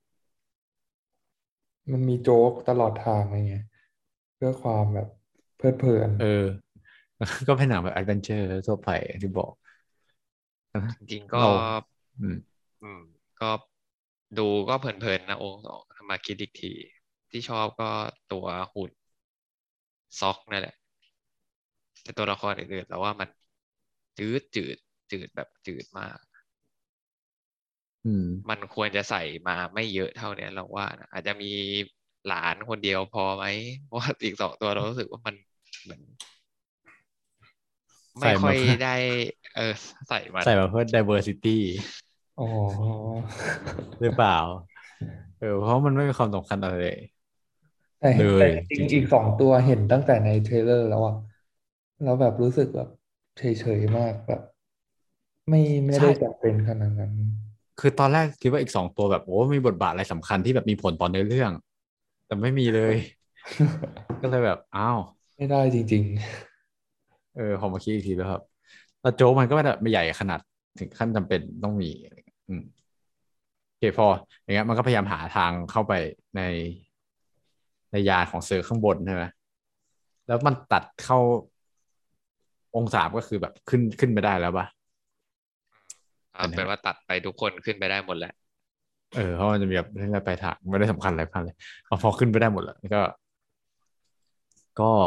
มันมีโจ๊กตลอดทางอะไรเงี้ยเพื่อความแบบเพลิดเพลินเออก็เป็นหนังแบบแอดเวนเจอร์ทั่วไปที่บอกนะจริงๆก็เราอืมอืมก็ดูก็เพลินๆนะองค์สองถ้ามาคิดอีกทีที่ชอบก็ตัวหุ่นซ็อกนั่นแหละแต่ตัวละครอื่นๆแล้วว่ามันจืดแบบจืดมากอืมมันควรจะใส่มาไม่เยอะเท่าเนี้ยเราว่านะอาจจะมีหลานคนเดียวพอไหมเพราะว่าอีก2 ตัวเรารู้สึกว่ามันเหมือนไม่ใส่ค่อยมาเพื่อได้เออใส่มันใส่มาเพื่อ diversity อ๋อหรือเปล่าเพราะมันไม่มีความสำคัญอะไรแต่เลยแต่จริงๆอีจริงก2 ตัวเห็นตั้งแต่ในเทรลเลอร์แล้วอะแล้วแบบรู้สึกแบบเฉยๆมากแบบไม่ๆใช่ไม่ได้จำเป็นขนาดนั้นคือตอนแรกคิดว่าอีก2 ตัวแบบโอ้มีบทบาทอะไรสำคัญที่แบบมีผลต่อเนื้อเรื่องแต่ไม่มีเลยก็เลยแบบอ้าวไม่ได้จริงพอมาคิดอีกทีแล้วครับแล้วโจ๊กมันก็ไม่ได้ไม่ใหญ่ขนาดถึงขั้นจำเป็นต้องมีอะไรเงี้ยโอเคพออย่างเงี้ยมันก็พยายามหาทางเข้าไปในในยานของเซอร์ข้างบนใช่ไหมแล้วมันตัดเข้าองศาก็คือแบบขึ้นไปได้แล้วป่ะเป็นเป็นแบบว่าตัดไปทุกคนขึ้นไปได้หมดแหละเพราะมันจะมีแบบเรื่องไปลายทางไม่ได้สำคัญอะไรพันเลยพอขึ้นไปได้หมดแล้วก็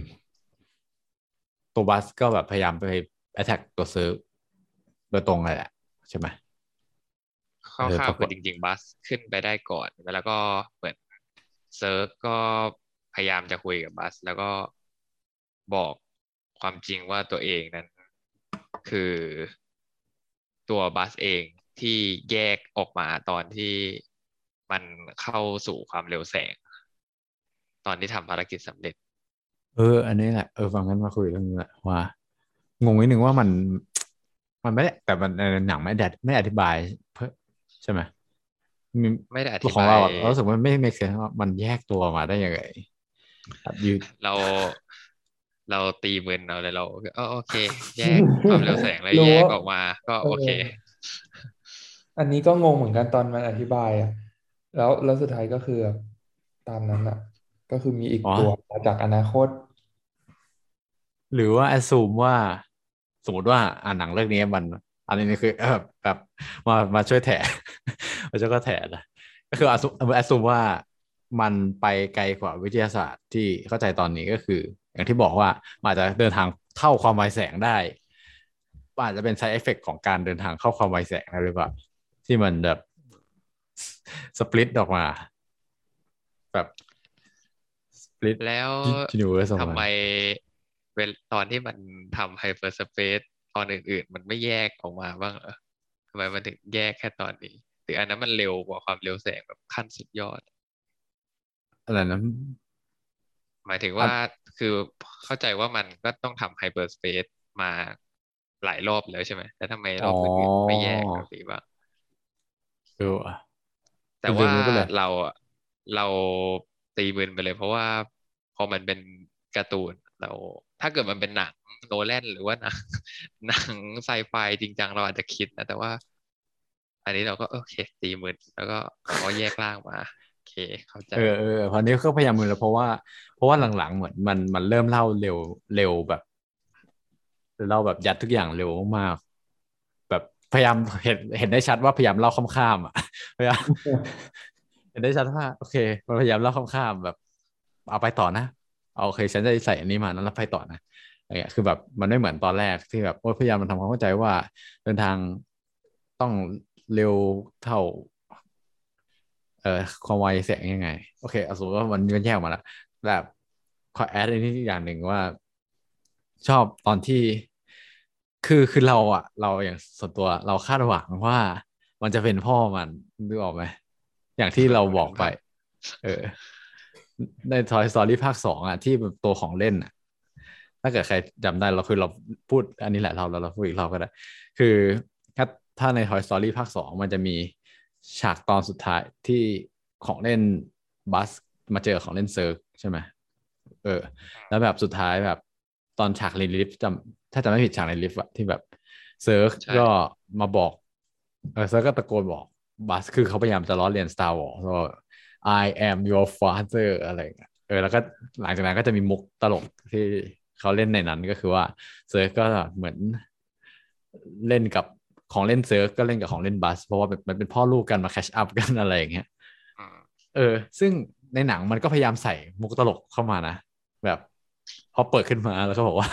ตัวบัสก็แบบพยายามไป attack ตัวเซิร์ฟโดยตรงเลยแหละใช่ไหมคร่าวๆคือปรากฏจริงๆบัสขึ้นไปได้ก่อนแล้วก็เหมือนเซิร์ฟก็พยายามจะคุยกับบัสแล้วก็บอกความจริงว่าตัวเองนั้นคือตัวบัสเองที่แยกออกมาตอนที่มันเข้าสู่ความเร็วแสงตอนที่ทำภารกิจสำเร็จอันนี้แหละฟังกันมาคุยเรื่องนี้แหละว่างงนิดนึงว่ามันไม่ได้แต่มันในหนังไม่อธิบายเพื่อใช่ไหมมีไม่ได้อตัวของธิบายเราเรารู้สึกว่ามันไม่ make sense ว่ามันแยกตัวมาได้ยังไงยืดเราเราตีมึนเอาเลยเราโอเคแยกความเร็วแสงเลยแยรู้ว่ากออกมาก็เออโอเคอันนี้ก็งงเหมือนกันตอนมันอธิบายอ่ะแล้วสุดท้ายก็คือแบบตามนั้นอ่ะก็คือมีอีกอ๋อตัวมาจากอนาคตหรือว่า assume ว่าสมมติว่าหนังเรื่องนี้มันอันนี้คือแบบมาช่วยแถมาช่วยก็แถนะก็คือ assume ว่ามันไปไกลกว่าวิทยาศาสตร์ที่เข้าใจตอนนี้ก็คืออย่างที่บอกว่ามันอาจจะเดินทางเข้าความไวแสงได้ว่าอาจจะเป็น side effect ของการเดินทางเข้าความไวแสงนะหรือเปล่าที่มันแบบสปลิตออกมาแบบสปลิตแล้วยูนิเวอร์สออกมาทำไมตอนที่มันทำไฮเปอร์สเปซตอนอื่นๆมันไม่แยกออกมาบ้างเหรอทำไมมันถึงแยกแค่ตอนนี้หรืออันนั้นมันเร็วกว่าความเร็วแสงแบบขั้นสุดยอดอะไรนะหมายถึงอันว่าคือเข้าใจว่ามันก็ต้องทำไฮเปอร์สเปซมาหลายรอบแล้วใช่ไหมแล้วทำไมอ๋อรอบอื่นๆไม่แยกแบบนี้บ้างว่ะแต่ว่าลืมไปเลยเราอะเราตีมึนไปเลยเพราะว่าพอมันเป็นการ์ตูนเราถ้าเกิดมันเป็นหนังโนแลนหรือว่าหนังหนังไซไฟจริงจังเราอาจจะคิดนะแต่ว่าอันนี้เราก็โอเคตีมึนแล้วก็แยกร่างมาโอเคเข้าใจพอนี้ก็พยายามมือแล้วเพราะว่าหลังๆเหมือนมันเริ่มเล่าเร็วแบบเล่าแบบยัดทุกอย่างเร็วมากๆแบบพยายามเห็นได้ชัดว่าพยายามเล่าข้ามๆอ่ะพยายามเห็นได้ชัดว่าโอเคมันพยายามเล่าข้ามๆแบบเอาไปต่อนะเอาโอเคฉันจะใส่อันนี้มานั้นแล้วไปต่อนะอะไรเงี้ยคือแบบมันไม่เหมือนตอนแรกที่แบบโอ้ยพยายามมันทำความเข้าใจว่าเดินทางต้องเร็วเท่า เออความไวแสงยังไงโอเคเอาสมมติว่ามันแยกออกมาแล้วแบบขอแอดอันนี้อย่างหนึ่งว่าชอบตอนที่คือเราอย่างส่วนตัวเราคาดหวังว่ามันจะเป็นพ่อมันนึกออกไหมอย่างที่เราบอกไปมันภาคเออใน Toy Story ภาค 2ที่แบบตัวของเล่นถ้าเกิดใครจำได้เราพูดอันนี้แหละเราพูดอีกรอบก็ได้คือถ้าถ้าใน Toy Story ภาค 2มันจะมีฉากตอนสุดท้ายที่ของเล่นบัสมาเจอของเล่นเซิร์กใช่ไหมเออแล้วแบบสุดท้ายแบบตอนฉากในลิฟต์ถ้าจำไม่ผิดฉากในลิฟต์อะที่แบบเซิร์กใช่ก็มาบอกเซิร์กก็ตะโกนบอกบัสคือเขาพยายามจะล้อเลียน Star Wars ว่า I am your father อะไรอย่างเงี้ยแล้วก็หลังจากนั้นก็จะมีมุกตลกที่เขาเล่นในนั้นก็คือว่าเซิร์กก็เหมือนเล่นกับของเล่นเซิร์กก็เล่นกับของเล่นบัสเพราะว่าแบบมันเป็นพ่อลูกกันมาแคชอัพกันอะไรอย่างเงี้ยอืมเออซึ่งในหนังมันก็พยายามใส่มุกตลกเข้ามานะแบบพอเปิดขึ้นมาแล้วก็บอกว่า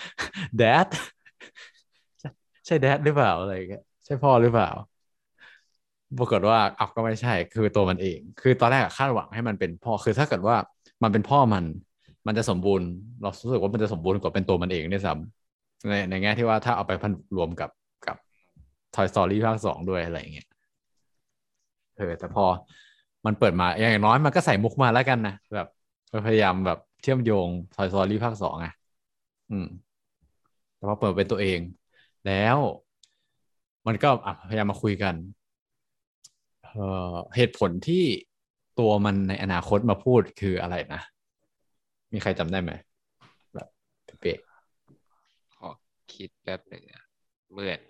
Dad ใช่แดดหรือเปล่าอะไรอย่างเงี้ยใช่พ่อหรือเปล่าปรากฏว่าเอาก็ไม่ใช่คือตัวมันเองคือตอนแรกคาดหวังให้มันเป็นพ่อคือถ้าเกิดว่ามันเป็นพ่อมันจะสมบูรณ์เรารู้สึกว่ามันจะสมบูรณ์กว่าเป็นตัวมันเองด้วยซ้ำในแง่ที่ว่าถ้าเอาไปพันรวมกับ Toy Story ภาค 2ด้วยอะไรอย่างเงี้ยแต่พอมันเปิดมาอย่างน้อยมันก็ใส่มุกมาแล้วกันนะแบบพยายามแบบเชื่อมโยง Toy Story ภาค 2ไงอืมแต่พอเปิดเป็นตัวเองแล้วมันก็พยายามมาคุยกัน เหตุผลที่ตัวมันในอนาคตมาพูดคืออะไรนะมีใครจำได้ไหมแบบเป๊ะขอคิดแบบหนึ่งอะเหมือน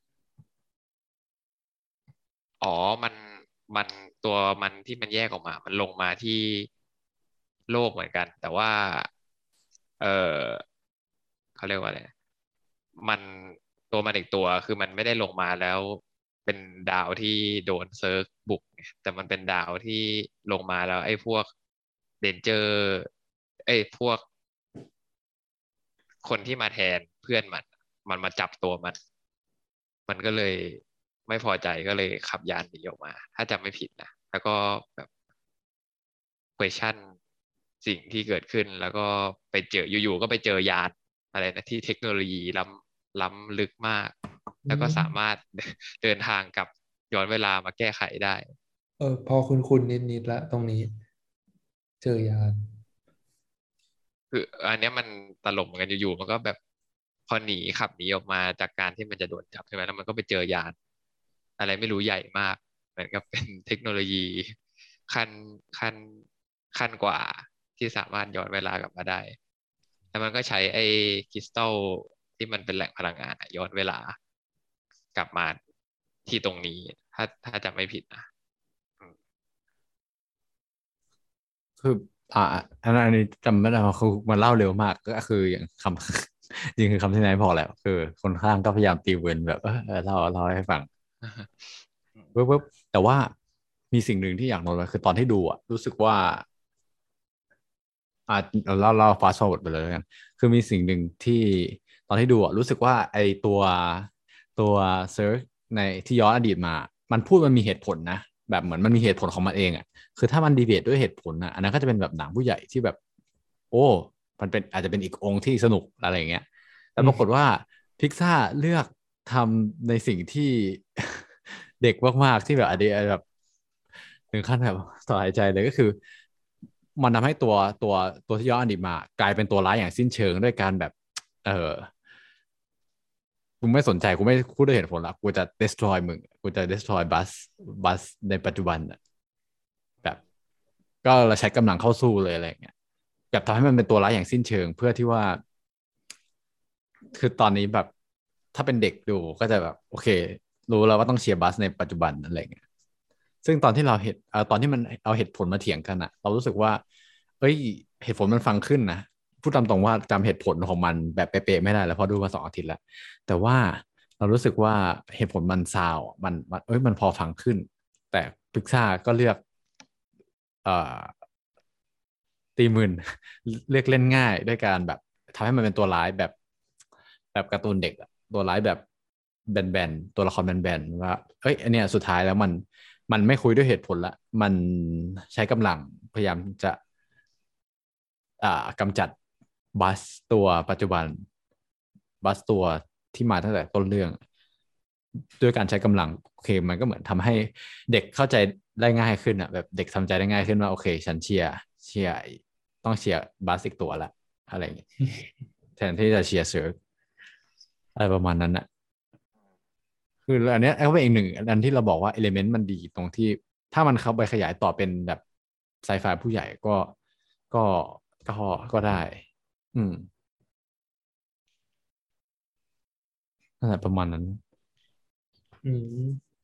อ๋อมันมันตัวมันที่มันแยกออกมามันลงมาที่โลกเหมือนกันแต่ว่าเออเขาเรียกว่าอะไรมันตัวมันอีกตัวคือมันไม่ได้ลงมาแล้วเป็นดาวที่โดนเซิร์กบุกไงแต่มันเป็นดาวที่ลงมาแล้วไอ้พวกเดนเจอร์ไอ้พวกคนที่มาแทนเพื่อนมันมาจับตัวมันก็เลยไม่พอใจก็เลยขับยานหนีออกมาถ้าจำไม่ผิดนะแล้วก็แบบ question สิ่งที่เกิดขึ้นแล้วก็ไปเจออยู่ๆก็ไปเจอยานอะไรนะที่เทคโนโลยีล้ำลึกมากอืแล้วก็สามารมถเดินทางกลับย้อนเวลามาแก้ไขได้พอคุณนิดละตรงนี้เจอยานคืออันเนี้ยมันตลกเหมือนกันอยู่ๆมันก็แบบพอหนีขับหนีออกมาจากการที่มันจะโดนจับใช่ไหมแล้วมันก็ไปเจอยานอะไรไม่รู้ใหญ่มากเหมือนกับเป็นเทคโนโลยีขั้นขั้นขั้นกว่าที่สามารถย้อนเวลากลับมาได้ แล้วมันก็ใช้ไอ้คริสตัลที่มันเป็นแหล่งพลังงานอะย้อนเวลากลับมาที่ตรงนี้ถ้าจำไม่ผิดนะอืมคืออ่าอันนี้จำไม่ได้ว่าคือมันเล่าเร็วมากก็คืออย่างคำจริงคือคำที่นายบอกแหละคือคนข้างก็พยายามตีเวนแบบเล่าให้ฟังปึ๊บแต่ว่ามีสิ่งหนึ่งที่อยากโน้ตไว้คือตอนที่ดูอ่ะรู้สึกว่า อ่าเราฟาสต์ฟอร์เวิร์ดไปเลยแล้วกันคือมีสิ่งหนึ่งที่ตอนที่ดูอ่ะรู้สึกว่าไอตัวเซิร์ชในที่ย้อนอดีตมามันพูดมันมีเหตุผลนะแบบเหมือนมันมีเหตุผลของมันเองอ่ะคือถ้ามันดีเบตด้วยเหตุผลนะอันนั้นก็จะเป็นแบบหนังผู้ใหญ่ที่แบบโอ้มันเป็นอาจจะเป็นอีกองค์ที่สนุกอะไรอย่างเงี้ยแต่อืมปรากฏว่าพิกซ่าเลือกทำในสิ่งที่เด็กมากๆที่แบบอันนี้แบบถึงขั้นแบบต่อหายใจเลยก็คือมันทำให้ตัวที่ย้อนอดีตมากลายเป็นตัวร้ายอย่างสิ้นเชิงด้วยการแบบเออกูไม่สนใจกูไม่พูดด้วยเหตุผลละกูจะ destroy มึงกูจะ destroy บัสในปัจจุบันอะแบบก็เราใช้กำลังเข้าสู้เลยอะไรอย่างเงี้ยแบบทำให้มันเป็นตัวร้ายอย่างสิ้นเชิงเพื่อที่ว่า คือตอนนี้แบบถ้าเป็นเด็กดูก็จะแบบโอเครู้แล้วว่าต้องเชียร์บัสในปัจจุบันอะไรเงี้ยซึ่งตอนที่เราเห็นตอนที่มันเอาเหตุผลมาเถียงกันอะเรารู้สึกว่าเอ้ยเหตุผลมันฟังขึ้นนะพูดตามตรงว่าจำเหตุผลของมันแบบเป๊ะๆไม่ได้แล้วเพอดูมา2 อาทิตย์แล้วแต่ว่าเรารู้สึกว่าเหตุผลมันซาวอะมันเอ้ยมันพอฟังขึ้นแต่พิกซ่าก็เลือกเอ่อ ตีหมื่นเลือกเล่นง่ายด้วยการแบบทำให้มันเป็นตัวร้ายแบบการ์ตูนเด็กอะตัวร้ายแบบแบนๆตัวละครแบนๆว่าเอ้ยอันเนี้ยสุดท้ายแล้วมันไม่คุยด้วยเหตุผลละมันใช้กำลังพยายามจะอ่ากำจัดบัสตัวปัจจุบันบัสตัวที่มาตั้งแต่ต้นเรื่องด้วยการใช้กำลังโอเคมันก็เหมือนทำให้เด็กเข้าใจได้ง่ายขึ้นอ่ะแบบเด็กทำใจได้ง่ายขึ้นว่าโอเคฉันเชียร์ต้องเชียร์บาสอีกตัวละอะไรอย่างเงี้ยแทนที่จะเชียร์เซิร์ฟอะไรประมาณนั้นอ่ะคืออันเนี้ยก็เป็นอีกหนึ่งอันที่เราบอกว่าเอลิเมนต์มันดีตรงที่ถ้ามันเข้าไปขยายต่อเป็นแบบไซไฟผู้ใหญ่ก็ก็ก็ได้อืมนั่นแหละประมาณนั้นอืม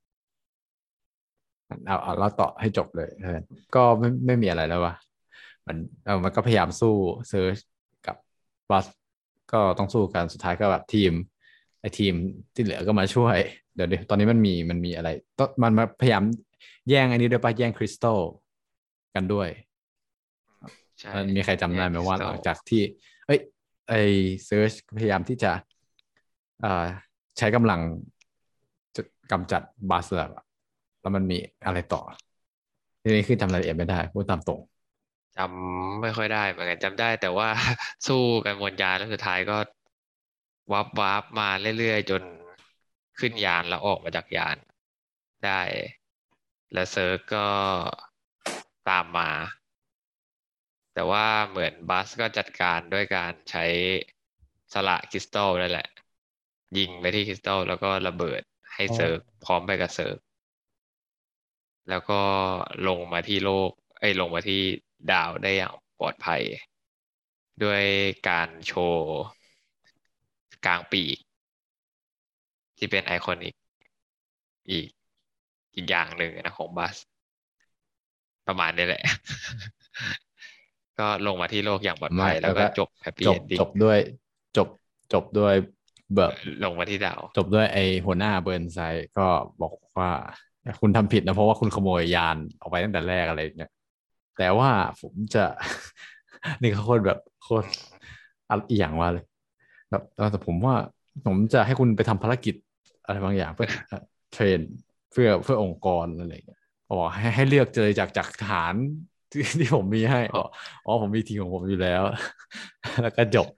เอาเราต่อให้จบเลยก็ไม่มีอะไรแล้ววะมันก็พยายามสู้เซิร์ชกับบัสก็ต้องสู้กันสุดท้ายก็แบบทีมที่เหลือก็มาช่วยเดี๋ยวตอนนี้มันมีอะไรต้องมันมาพยายามแย่งอันนี้ด้วยป่ะแย่งคริสตัลกันด้วยใช่มันมีใครจำแยได้ไหมว่าหลักคริสตัลงจากที่เอ้ยไอเซิร์ชพยายามที่จะเอ่อใช้กำลังจะกำจัดบัสแล้วมันมีอะไรต่อ ทีนี้คือจำรายละเอียดไม่ได้พูดตามตรงจำไม่ค่อยได้เหมือนกันจำได้แต่ว่าสู้กันบนยานแล้วสุดท้ายก็วับมาเรื่อยๆจนขึ้นยานแล้วออกมาจากยานได้แล้วเซิร์กก็ตามมาแต่ว่าเหมือนบัสก็จัดการด้วยการใช้สละคริสตัลนั่นแหละยิงไปที่คริสตัลแล้วก็ระเบิดให้อ๋อเซิร์กพร้อมไปกับเซิร์กแล้วก็ลงมาที่โลกลงมาที่ดาวได้อย่างปลอดภัยด้วยการโชว์กลางปีกที่เป็นไอคอนิกอีกอีกอย่างหนึ่งนะของบัสประมาณนี้แหละ ก็ลงมาที่โลกอย่างปลอดไม่ภัยแล้วก็แล้วก็จบแฮปปี้จบเอนดิ้งจบจบด้วยแบบลงมาที่ดาวจบด้วยไอ้หัวหน้าเบิร์นไซด์ก็บอกว่าคุณทำผิดนะเพราะว่าคุณขโมยยานออกไปตั้งแต่แรกอะไรอย่างเงี้ยแต่ว่าผมจะ นี่เขาโคตรแบบโคตรอีหยังว่าเลยแบบแต่ผมว่าผมจะให้คุณไปทำภารกิจอะไรบางอย่างเพื่อเทรนเพื่อองค์กรอะไรอย่างเงี้ยบอกให้เลือกเจอจากฐานที่ผมมีให้บอกอ๋อผมมีทีมของผมอยู่แล้วแล้วก็จบ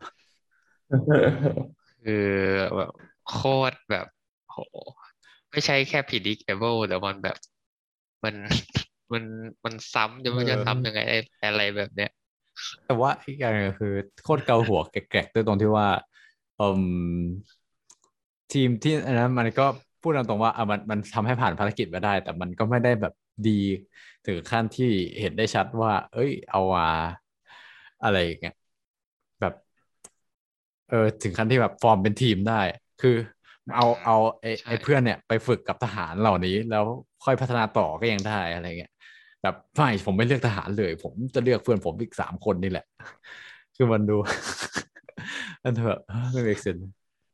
คือแบบโคตรแบบโหไม่ใช่แค่ predictable แต่มันแบบมันมันมันซ้ำจนเอไม่รู้จะซ้ำยังไงออะไรแบบเนี้ยแต่ว่าอีกอย่างหนึ่งคือโคตรเกาหัวแกรกๆด้วยตรงที่ว่าเอ่มทีมที่อันนั้นมันก็พูดตรงๆว่ามันทำให้ผ่านภารกิจมาได้แต่มันก็ไม่ได้แบบดีถึงขั้นที่เห็นได้ชัดว่าเอ้ยเอาว่าอะไรอย่างเงี้ยแบบถึงขั้นที่แบบฟอร์มเป็นทีมได้คือเอาไอ้ใช่เพื่อนเนี่ยไปฝึกกับทหารเหล่านี้แล้วค่อยพัฒนาต่อก็ยังได้อะไรเงี้ยแบบไม่ผมไม่เลือกทหารเลยผมจะเลือกเพื่อนผมอีก3 คนนี่แหละ คือมันดูมันแบบไม่ make sense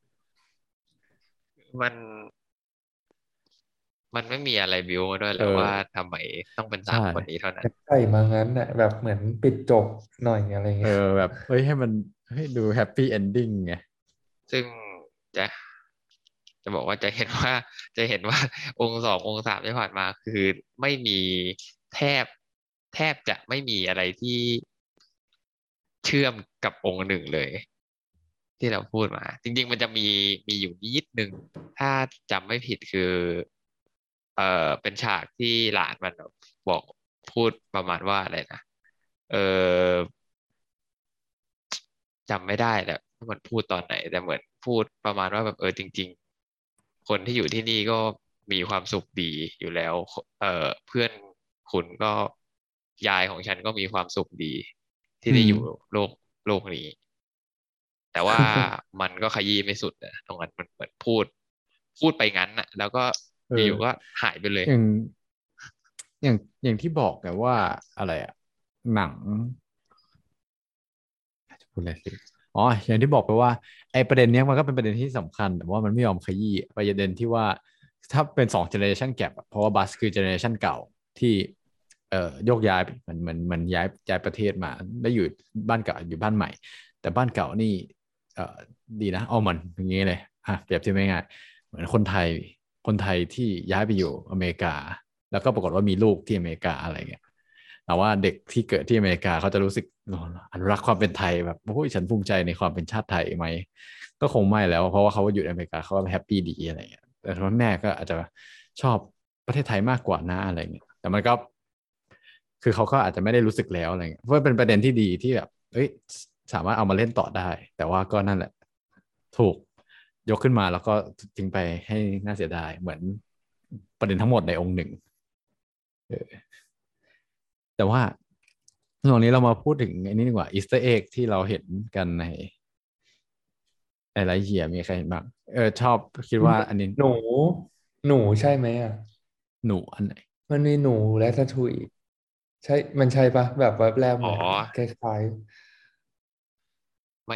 มันมันไม่มีอะไรบิวมาด้วยเอแหละว่าอทำไมต้องเป็นใช่ 3 คนนี้เท่านั้นใส่มางั้นน่ะแบบเหมือนปิดจบหน่อยอะไรเออเงี้ยแบบเฮ้ยให้มันเฮ้ยดูแฮปปี้เอนดิ้งไงซึ่งจะจะบอกว่าจะเห็นว่าจะเห็นว่าองค์ 2 องค์ 3ที่ผ่านมาคือไม่มีแทบแทบจะไม่มีอะไรที่เชื่อมกับองค์ 1เลยที่เราพูดมาจริงๆมันจะมีอยู่นิดนึงถ้าจำไม่ผิดคือเป็นฉากที่หลานมันบอกพูดประมาณว่าอะไรนะเออ จำไม่ได้แหละว่ามันพูดตอนไหนแต่เหมือนพูดประมาณว่าแบบจริงๆคนที่อยู่ที่นี่ก็มีความสุขดีอยู่แล้วเพื่อนคุณก็ยายของฉันก็มีความสุขดีที่อืมได้อยู่โลกนี้แต่ว่ามันก็ขยี้ไม่สุดนะตรงนั้นมันเหมือนพูดไปงั้นน่ะแล้วก็เอออยู่ๆก็หายไปเลยอย่างอย่างอย่างที่บอกไงว่าอะไรอะหนังจะพูดอะไรสิอ๋ออย่างที่บอกไปว่าไอ้ประเด็นเนี้ยมันก็เป็นประเด็นที่สำคัญแต่ว่ามันไม่ยอมขยี้ประเด็นที่ว่าถ้าเป็น2 เจเนอเรชันแกปเพราะว่าบัสคือเจเนอเรชันเก่าที่โยกย้ายมันย้ายประเทศมาได้อยู่บ้านเก่าอยู่บ้านใหม่แต่บ้านเก่านี่เออดีนะเอามันอย่างงี้เลยเปรียบเทียบง่ายๆเหมือนคนไทยที่ย้ายไปอยู่อเมริกาแล้วก็ปรากฏว่ามีลูกที่อเมริกาอะไรเงี้ยแต่ว่าเด็กที่เกิดที่อเมริกาเขาจะรู้สึกอนุรักษ์ความเป็นไทยแบบโอ้ยฉันภูมิใจในความเป็นชาติไทยไหมก็คงไม่แล้วเพราะว่าเขาอยู่ในอเมริกาเขาก็แฮปปี้ดีอะไรเงี้ยแต่ว่าแม่ก็อาจจะชอบประเทศไทยมากกว่านะอะไรเงี้ยแต่มันก็คือเขาก็อาจจะไม่ได้รู้สึกแล้วอะไรเงี้ยเพราะเป็นประเด็นที่ดีที่แบบเอ้ยสามารถเอามาเล่นต่อได้แต่ว่าก็นั่นแหละถูกยกขึ้นมาแล้วก็ทิ้งไปให้น่าเสียดายเหมือนประเด็นทั้งหมดในองค์ 1เออแต่ว่าตรงนี้เรามาพูดถึงไอ้นี้ดีกว่าอีสเตอร์เอ็กที่เราเห็นกันในไลฟ์เยียมีใครเห็นบ้างชอบคิดว่าอันนี้หนูหนูใช่ไหมอ่ะหนูอันไหนมันมีหนูและทาทุยใช่มันใช่ปะแบบแวบแรกอ๋อเหมือนคล้ายไม่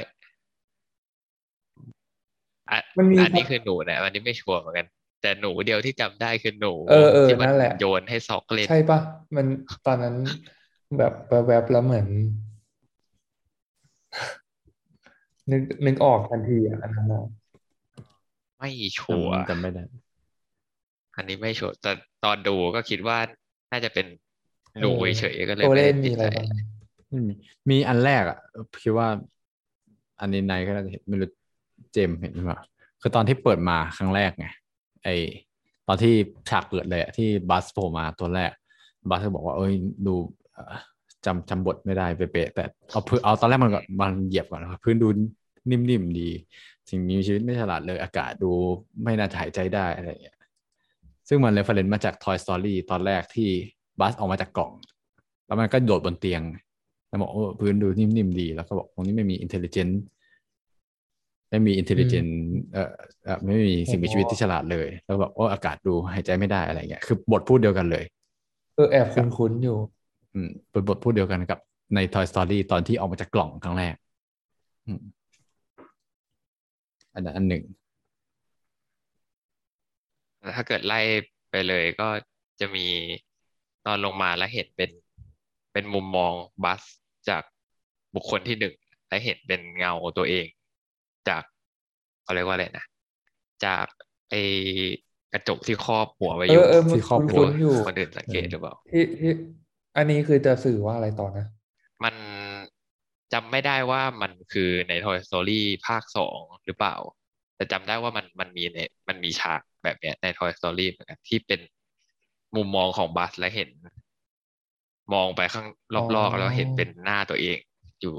อ่ะๆมันมีอันนี้คือหนูนะอันนี้ไม่ชัวร์เหมือนกันแต่หนูเดียวที่จำได้คือหนูเออที่มันนั่นแหละโยนให้ซอกเล่นใช่ปะมันตอนนั้นแบบแวบๆแล้วเหมือนนึกออกทันทีอ่ะอันนั้นอะไม่ชัวร์จำไม่ได้อันนี้ไม่ชัวร์แต่ตอนดูก็คิดว่าน่าจะเป็นเออหนูเฉยๆก็เลตัวเล่นยไม่ได้ติดใจมีอะไรบ้างมีอันแรกอ่ะคิดว่าอันนี้นายก็น่าจะเห็นไม่รู้เจมส์เห็นหรือเปล่าคือตอนที่เปิดมาครั้งแรกไงไอตอนที่ฉากเปิดเลยอะที่บัสโผล่มาตัวแรกบัสก็บอกว่าเอ้ยดูเอ่อจำบทไม่ได้เป๊ะๆแต่เอาตอนแรกมันเหยียบก่อนนะครับพื้นดูนิ่มๆดีสิ่งมีชีวิตไม่ฉลาดเลยอากาศดูไม่น่าจะหายใจได้อะไรอย่างเงี้ยซึ่งมันเรฟเฟรนซ์มาจาก Toy Story ตอนแรกที่บัสออกมาจากกล่องแล้วมันก็โดดบนเตียงแล้วบอกพื้นดูนิ่มๆดีแล้วก็บอกตรงนี้ไม่มี intelligence ไม่มีอินเทลอืเจนมไม่มีอ๋สิ่งมีชีวิตที่ฉอลาดเลยแล้วแบบโอ้อากาศดูหายใจไม่ได้อะไรเงี้ยคือบทพูดเดียวกันเลยแอบกับคุ้นๆอยู่เป็นบทพูดเดียวกันกับใน Toy Story ตอนที่ออกมาจากกล่องครั้งแรกอืมอันนั้นอันหนึ่งแล้วถ้าเกิดไล่ไปเลยก็จะมีตอนลงมาแล้วเห็นเป็นมุมมองบัสจากบุคคลที่หนึ่งและเห็นเป็นเงาตัวเองจากเขาเรียกว่าอะไรนะจากไอกระจกที่ครอบหัวไว้อยู่มันที่ครอบไม่รู้คุ้นๆอยู่คนอื่นสังเออเกตหรือเปล่าที่อันนี้คือจะสื่อว่าอะไรต่อนะมันจำไม่ได้ว่ามันคือใน Toy Story ภาคสองหรือเปล่าแต่จำได้ว่ามันมีฉากแบบเนี้ยใน Toy Story เหมือนกันที่เป็นมุมมองของบัสและเห็นมองไปข้างอ๋รอบๆแล้วเห็นอเป็นหน้าตัวเองอยู่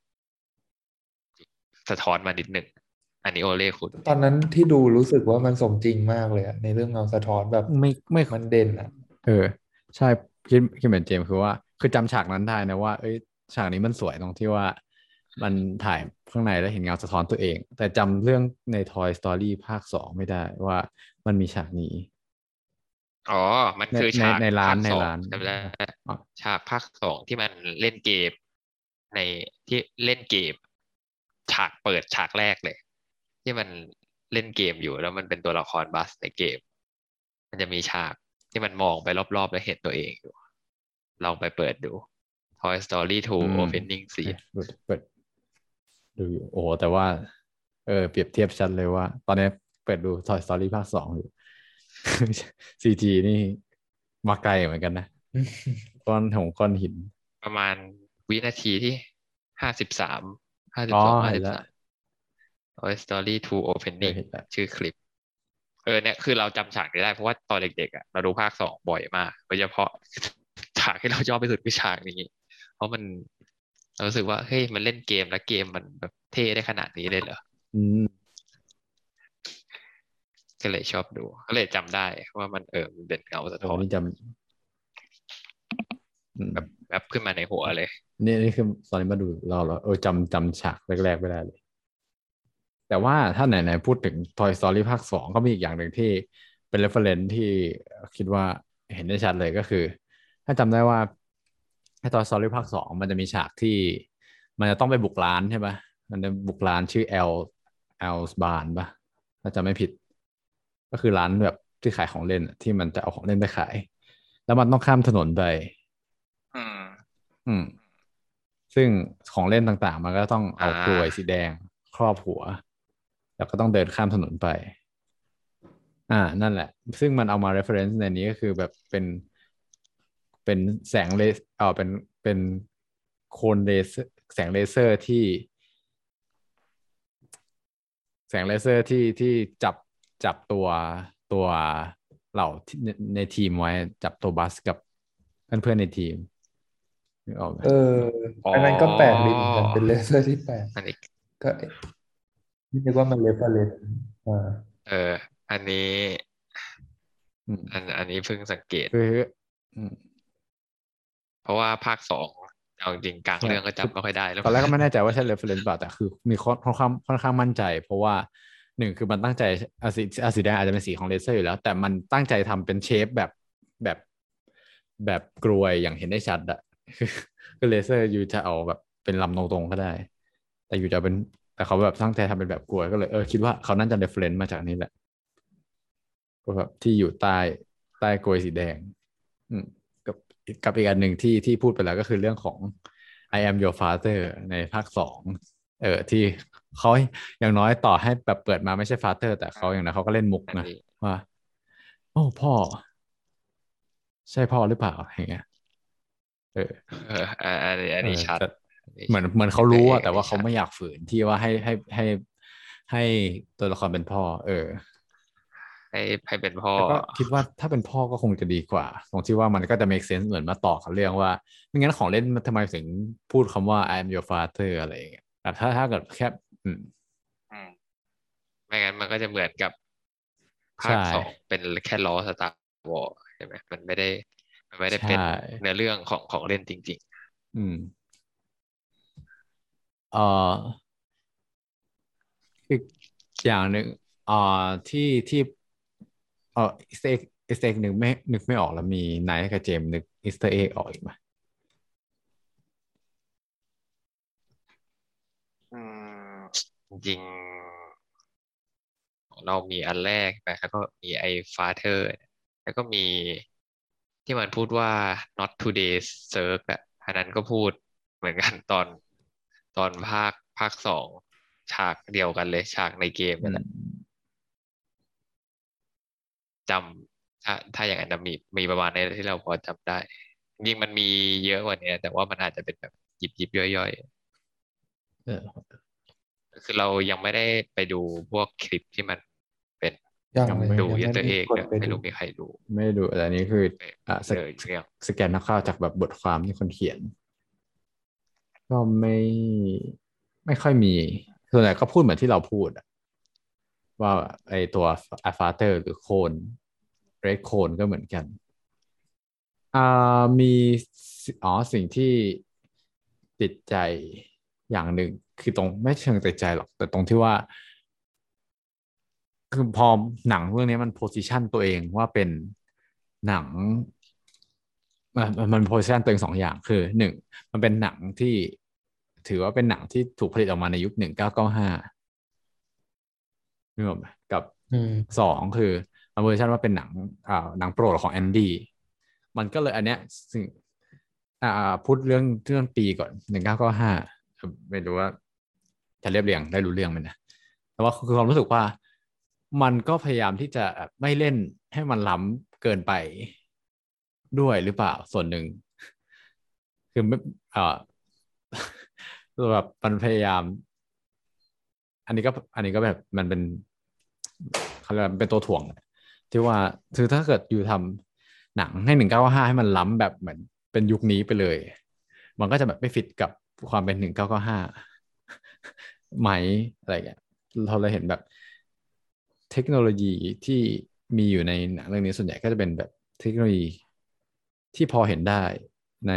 สะท้อนมานิดหนึ่งอันนี้โอเล่คุณตอนนั้นที่ดูรู้สึกว่ามันสมจริงมากเลยอะในเรื่องเงาสะท้อนแบบไม่มันเด่นอะเออใช่คิดเหมือนเจมส์คือว่าคือจำฉากนั้นได้นะว่าเอ้ยฉากนี้มันสวยตรงที่ว่ามันถ่ายข้างในแล้วเห็นเงาสะท้อนตัวเองแต่จำเรื่องใน Toy Story ภาคสองไม่ได้ว่ามันมีฉากนี้อ๋อมันคือฉากในร้าภาคสองนในร้านจำได้อ๋อฉากภาคสองที่มันเล่นเกมในที่เล่นเกมเปิดฉากแรกเลย ที่มันเล่นเกมอยู่แล้วมันเป็นตัวละครบัสในเกมมันจะมีฉากที่มันมองไปรอบๆแล้วเห็นตัวเองอยู่ลองไปเปิดดู Toy Story 2 อืม Opening เอ๊ะ Scene เปิดดูอยู่โอ้โหแต่ว่าเปรียบเทียบชัดเลยว่าตอนนี้เปิดดู Toy Story ภาคสองอยู่ CG นี่มาไกลเหมือนกันนะก้อนหินประมาณวินาทีที่53ห้าสิอ๋อบสองห้าเห็นแล้วสิบสาม Toy Story 2 Opening เห็นแล้วชื่อคลิปเนี่ยคือเราจำฉากนี้ได้เพราะว่าตอนเด็กๆเราดูภาคสองบ่อยมากโดยเฉพาะฉากที่เราชอบที่สุดคือฉากนี้เพราะมันเรารู้สึกว่าเฮ้ยมันเล่นเกมแล้วเกมมันแบบเท่ได้ขนาดนี้เลยเหรออืมก็เลยชอบดูก็เลยจำได้ว่ามันเป็นเงาสะท้อนนี่จำแบบขึ้นมาในหัวเลยนี่คือตอนนี้มาดูเราจำฉากแรกๆไม่ได้เลยแต่ว่าถ้าไหนพูดถึง Toy Story ภาคสองก็มีอีกอย่างหนึ่งที่เป็น reference ที่คิดว่าเห็นได้ชัดเลยก็คือถ้าจำได้ว่าใน Toy Story ภาคสองมันจะมีฉากที่มันจะต้องไปบุกร้านใช่ปะมันจะบุกร้านชื่อL's Barn ปะถ้าจำไม่ผิดก็คือร้านแบบที่ขายของเล่นอะที่มันจะเอาของเล่นไปขายแล้วมันต้องข้ามถนนไปอืมอืม ซึ่งของเล่นต่างๆมันก็ต้องอ่เอากลวยสีาแดงครอบหัวแล้วก็ต้องเดินข้ามถนนไปนั่นแหละซึ่งมันเอามา reference ในนี้ก็คือแบบเป็นแสงเลเซอร์เป็นโคนเลเซอร์แสงเลเซอร์ที่แสงเลเซอร์ที่จับตัวเหล่าที่ในทีมไว้จับตัวบัสกับเพื่อนๆในทีมนึกออกไหมเอออ๋ออันนั้นก็แปลกดีเหมือนกันเป็นเลเซอร์ที่แปลกอันนี้ก็ไม่นึกว่ามันเลเซอร์เลนอ่าเอออันนี้อืมอันนี้เพิ่งสังเกตคืออืมเพราะว่าภาคสองเอาจริงๆกลางใช่เรื่องก็คือจำไม่ค่อยได้แล้วตอนแรกก็ไม่แน่ใจว่าใช่ reference เปล่าแต่คือมีค่อนข้างมั่นใจเพราะว่าหนึ่งคือมันตั้งใจสีแดงอาจจะเป็นสีของเลเซอร์อยู่แล้วแต่มันตั้งใจทำเป็นเชฟแบบแบบกรวยอย่างเห็นได้ชัดอะคือคือเลเซอร์อยู่จะเอาแบบเป็นลำตรงๆก็ได้แต่อยู่จะเป็นแต่เขาแบบตั้งใจทำเป็นแบบกรวยก็เลยคิดว่าเขาน่าจะ reference มาจากนี้แหละก็แบบที่อยู่ใต้กรวยสีแดงอืมกับกับอีกอันหนึ่งที่พูดไปแล้วก็คือเรื่องของ I am your father ในภาคสองที่เขาอย่างน้อยต่อให้แบบเปิดมาไม่ใช่ father แต่เขาอย่างน้อยเขาก็เล่นมุกนะอันนี้ว่าโอ้พ่อใช่พ่อหรือเปล่าอย่างเงี้ยเอออันนี้ชัดแต่อันนี้เหมือนเขาเออรู้อะแต่ว่าเขาอันนี้ชัดไม่อยากฝืนที่ว่าให้ตัวละครเป็นพ่อให้เป็นพ่อแต่ก็คิดว่าถ้าเป็นพ่อก็คงจะดีกว่าตรงที่ว่ามันก็จะ make sense เหมือนมาต่อกับเรื่องว่าไม่งั้นของเล่นมันทำไมถึงพูดคำว่า I am your father อะไรอย่างเงี้ยแต่ถ้าเกิดแค่อืมอืมไม่งั้นมันก็จะเหมือนกับภาใช่คสองเป็นแค่ล้อสตาร์วอร์ใช่ไหมมันไม่ได้ใช่เป็นเนื้อเรื่องของเล่นจริงอืมเอ่ออีกอย่างหนึ่งที่อีสเตอร์เอ็กนึกไม่ออกแล้วมีไนท์กับเจมส์นึกอีสเตอร์เอ็กออกอีกไหมอืมจริงๆของเรามีอันแรกนะแล้วก็มีไอ้ฟาเธอร์แล้วก็มีที่มันพูดว่า not today Cirque อ่ะอันนั้นก็พูดเหมือนกันตอนภาคสองฉากเดียวกันเลยฉากในเกมอืนั่นแหละมจถ้าอย่างนั้นนะมีประมาณนี้ที่เราพอจำได้จริงๆมันมีเยอะกว่านี้แต่ว่ามันอาจจะเป็นแบบยิบย่อยเออๆคือเรายังไม่ได้ไปดูพวกคลิปที่มันเป็นยังเลยยังไม่ดูยังไม่ได้อีสเตอร์เอ็กเนี่ยกดไปดูไม่รู้มีใครดูไม่ดูแต่อันนี้คืออ่ะเลยเรื่องสแกนคร่าวๆจากแบบบทความที่คนเขียนก็ไม่ค่อยมีส่วนใหญ่ก็พูดเหมือนที่เราพูดอะว่าไอตัวอัลฟาเตอร์หรือโคนเรดโคนก็เหมือนกันมีสิ่งที่ติดใจอย่างหนึ่งคือตรงไม่เชิงติดใจหรอกแต่ตรงที่ว่า คือพอหนังเรื่องนี้มันโพสิชันตัวเองว่าเป็นหนังมันโพสิชันตัวเองสองอย่างคือหนึ่งมันเป็นหนังที่ถือว่าเป็นหนังที่ถูกผลิตออกมาในยุค1995นึกออกไหมกับอืมสองคือมันโพสิชันว่าเป็นหนังโปรดของแอนดี้มันก็เลยอันเนี้ยสิ่งพูดเรื่องปีก่อน1995ไม่รู้ว่าจะเรียบเรียงได้รู้เรื่องไหมนะ แต่ว่าคือความรู้สึกว่ามันก็พยายามที่จะไม่เล่นให้มันล้ำเกินไปด้วยหรือเปล่าส่วนหนึ่งคือไม่เอ่อแบบมันพยายามอันนี้ก็แบบมันเป็นเขาเรียกว่าเป็นตัวถ่วงที่ว่าคือถ้าเกิดอยู่ทำหนังให้1995ให้มันล้ำแบบเหมือนเป็นยุคนี้ไปเลยมันก็จะแบบไม่ฟิตกับความเป็น1995ไหมอะไรอย่างเงี้ยเราเลยเห็นแบบ เทคโนโลยีที่มีอยู่ในหนังเรื่องนี้ส่วนใหญ่ก็จะเป็นแบบเทคโนโลยีที่พอเห็นได้ใน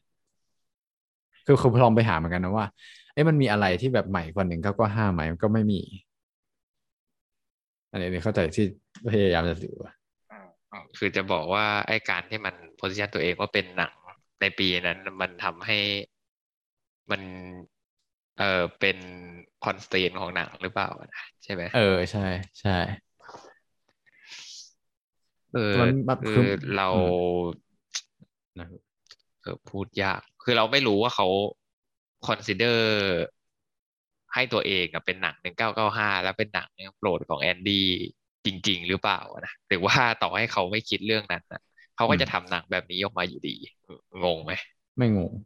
คือลองไปหาเหมือนกันนะว่าเอ๊ะมันมีอะไรที่แบบใหม่กว่า1995ไหมมันก็ไม่มีอันนี้เข้าใจที่พยายามจะสื่อว่าคือจะบอกว่าไอ้การที่มันโพสิชันตัวเองว่าเป็นหนังในปีนั้นมันทำให้มันเป็นคอนสเตนของหนังหรือเปล่านะใช่ไหมเออใช่ใช่เออแต่มันแบบคือคือเราอืมนะครับพูดยาก คือเราไม่รู้ว่าเขา consider ให้ตัวเองอะเป็นหนัง1995แล้วเป็นหนังโปรดของแอนดี้จริงๆหรือเปล่านะหรือว่าต่อให้เขาไม่คิดเรื่องนั้นนะเขาอืมก็จะทำหนังแบบนี้ออกมาอยู่ดีงงไหมไม่งง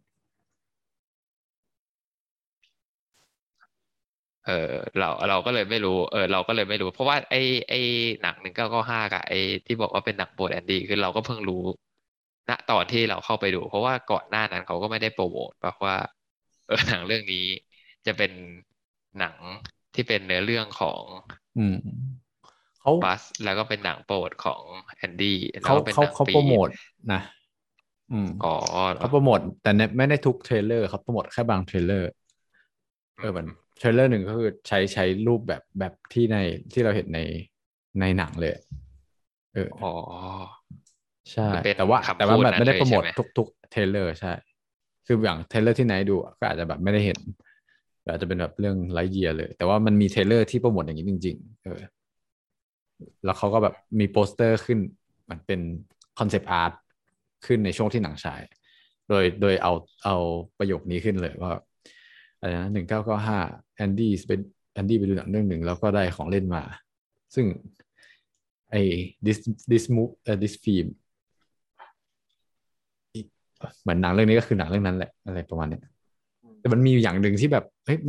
เออเราก็เลยไม่รู้เราก็เลยไม่รู้เพราะว่าไอ้หนัง1995กับไอ้ที่บอกว่าเป็นหนังโปรดแอนดี้คือเราก็เพิ่งรู้ณตอนที่เราเข้าไปดูเพราะว่าก่อนหน้านั้นเขาก็ไม่ได้โปรโมทบอกว่าหนังเรื่องนี้จะเป็นหนังที่เป็นเนื้อเรื่องของอืมเขาบัสแล้วก็เป็นหนังโปรดของแอนดี้แล้วเขาก็เป็นเขาหนังปีเขาโปรโมทนะอืมอ๋อเหรอเขาโปรโมทแต่ไม่ได้ทุกเทรลเลอร์เขาโปรโมทแค่บางเทรลเลอร์ มันอืมเทรลเลอร์หนึ่งก็คือใช้รูปแบบที่เราเห็นในหนังเลยเอออ๋อใช่คือเป็นแต่ว่าคำพูดแบบไม่ได้โปรโมทนั้นเลยใช่ไหมทุกเทรลเลอร์ใช่คืออย่างเทรลเลอร์ที่ไหนดูอะก็อาจจะแบบไม่ได้เห็นอาจจะเป็นแบบเรื่องไลท์เยียร์เลยแต่ว่ามันมีเทรลเลอร์ที่โปรโมทอย่างนี้จริงๆแล้วเขาก็แบบมีโปสเตอร์ขึ้นมันเป็นคอนเซปต์อาร์ตขึ้นในช่วงที่หนังฉายโดยเอาประโยคนี้ขึ้นเลยว่าอะไรนะ1995แอนดี้เป็นแอนดี้ไปดูหนังเรื่องหนึ่งแล้วก็ได้ของเล่นมาซึ่งไอ้ this this move this film เหมือนหนังเรื่องนี้ก็คือหนังเรื่องนั้นแหละอะไรประมาณเนี้ยแต่มันมีอยู่อย่างหนึ่งที่แบบเฮ้ย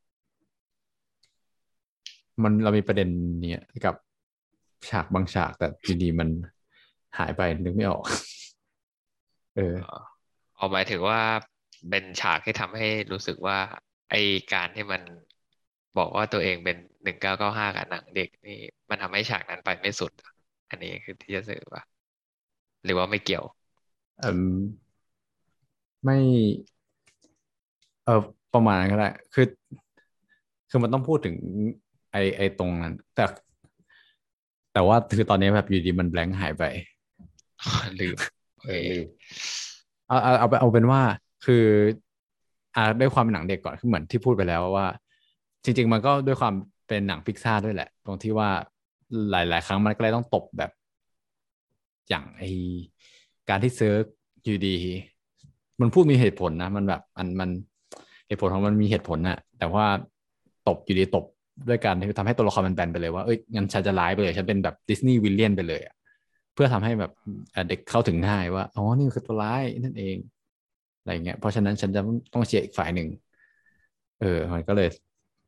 มันเรามีประเด็นเนี่ยกับฉากบางฉากแต่อยู่ดีมันหายไปนึกไม่ออกเอออ๋อเอาหมายถึงว่าเป็นฉากที่ทำให้รู้สึกว่าไอการที่มันบอกว่าตัวเองเป็น1995กับหนังเด็กนี่มันทำให้ฉากนั้นไปไม่สุดอันนี้คือที่จะสื่อว่าหรือว่าไม่เกี่ยวเอ่มไม่เออประมาณนั้นก็ได้คือมันต้องพูดถึงไอตรงนั้นแต่ว่าคือตอนนี้แบบอยู่ดีมันแบงค์หายไปลืมโอเคลืมเอาเป็นว่าคือด้วยความเป็นหนังเด็กก่อนคือเหมือนที่พูดไปแล้วว่าจริงๆมันก็ด้วยความเป็นหนังพิกซ่าด้วยแหละตรงที่ว่าหลายๆครั้งมันก็เลยต้องตบแบบอย่างการที่เซิร์ชอยู่ดีมันพูดมีเหตุผลนะมันแบบมันเหตุผลของมันมีเหตุผลนะแต่ว่าตบอยู่ดีตบด้วยการที่ทำให้ตัวละครมันแบนไปเลยว่าเอ้ยงั้นฉันจะร้ายไปเลยฉันเป็นแบบดิสนีย์วิลเลียนไปเลยอะ เพื่อทำให้แบบเด็กเข้าถึงง่ายว่าอ๋อนี่คือตัวร้ายนั่นเองอะไรเงี้ยเพราะฉะนั้นฉันจะต้องเชียร์อีกฝ่ายหนึ่งมันก็เลย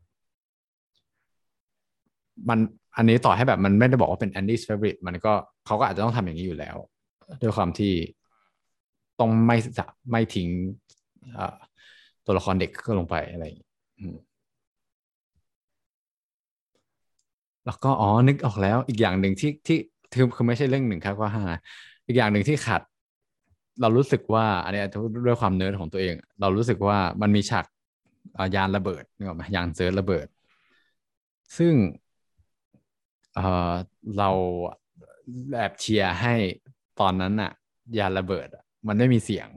มันอันนี้ต่อให้แบบมันไม่ได้บอกว่าเป็นแอนดี้ f a v o r i t e มันก็เขาก็อาจจะต้องทำอย่างนี้อยู่แล้วด้วยความที่ต้องไม่ทิ้งอ่าตัวละครเด็กก็ลงไปอะไรอย่างงี้อืมแล้วก็อ๋อนึกออกแล้วอีกอย่างหนึ่งที่คือไม่ใช่เรื่องหนึ่งครับว่าห้าอีกอย่างหนึ่งที่ขาดเรารู้สึกว่าอันนี้อาจจะด้วยความเนิร์ดของตัวเองเรารู้สึกว่ามันมีฉากยานระเบิดนึกออกไหมยานเซิร์ชระเบิดซึ่งเอ่อเราแอบเชียร์ให้ตอนนั้นน่ะยานระเบิดอะมันไม่มีเสียง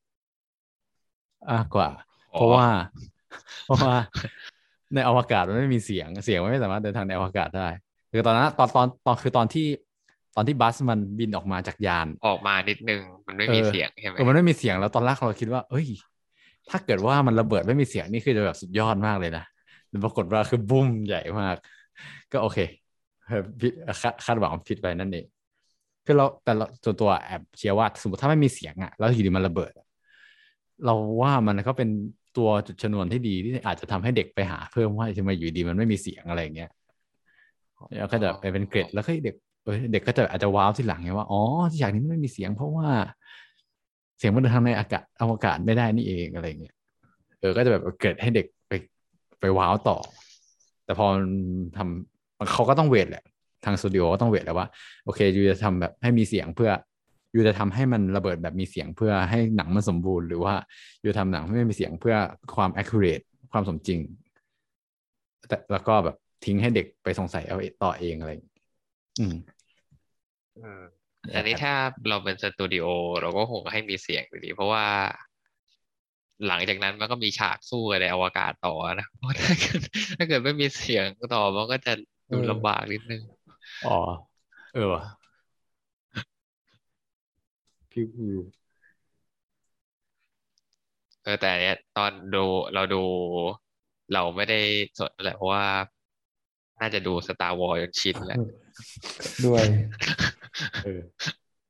กว่าเพอ๋อราะว่าเพราะว่าในอวกาศมันไม่มีเสียงมันไม่สามารถเดินทางในอวกาศได้คือตอนนั้นตอนคือตอนที่บัสมันบินออกมาจากยานออกมานิดนึงมันไม่เออมีเสียงใช่ไหมมันไม่มีเสียงแล้วตอนแรกเราคิดว่าเอ้ยถ้าเกิดว่ามันระเบิดไม่มีเสียงนี่คือจะแบบสุดยอดมากเลยนะแต่ปรากฏว่าคือบุ้มใหญ่มากก็โอเคเออผิดคาดหวังผิดไปนั่นเองคือแต่เราตัวแอบเชียร์ว่าสมมติถ้าไม่มีเสียงอ่ะแล้วอยู่ดีมันระเบิดอะเราว่ามันก็เป็นตัวจุดชนวนที่ดีที่อาจจะทำให้เด็กไปหาเพิ่มว่าทำไมอยู่ดีมันไม่มีเสียงอะไรอย่างเงี้ยแล้วก็อ๋จะไปเป็นเกรอดแล้วก็เด็กก็จะอาจจะว้าวทีหลังไงว่าอ๋อที่ฉากนี้มันไม่มีเสียงเพราะว่า เสียงมันเดินทางในอวกาศไม่ได้นี่เองอะไรเงี้ยก็จะแบบเกิดให้เด็กไปว้าวต่อแต่พอมันทำเขาก็ต้องเวทแหละทางสตูดิโอก็ต้องเวทแล้วว่าโอเคยูจะทำแบบให้มีเสียงเพื่อยูจะทำให้มันระเบิดแบบมีเสียงเพื่อให้หนังมันสมบูรณ์หรือว่ายูทำหนังให้ไม่มีเสียงเพื่อความ accurate ความสมจริงแต่แล้วก็แบบทิ้งให้เด็กไปสงสัยเอาต่อเองอะไรอย่างเงี้ยอืมอืมอันนี้ถ้าเราเป็นสตูดิโอเราก็คงให้มีเสียงอยู่ดีเพราะว่าหลังจากนั้นมันก็มีฉากสู้กันในอวกาศต่อนะเพราะถ้าเกิดไม่มีเสียงต่อมันก็จะเออดูลำบากนิดนึงอ๋อว่ะพี่แต่อันเนี้ยตอนดูเราดูเราไม่ได้สนแหละเพราะว่าน่าจะดูสตาร์วอร์จนชินแหละด้วยเออ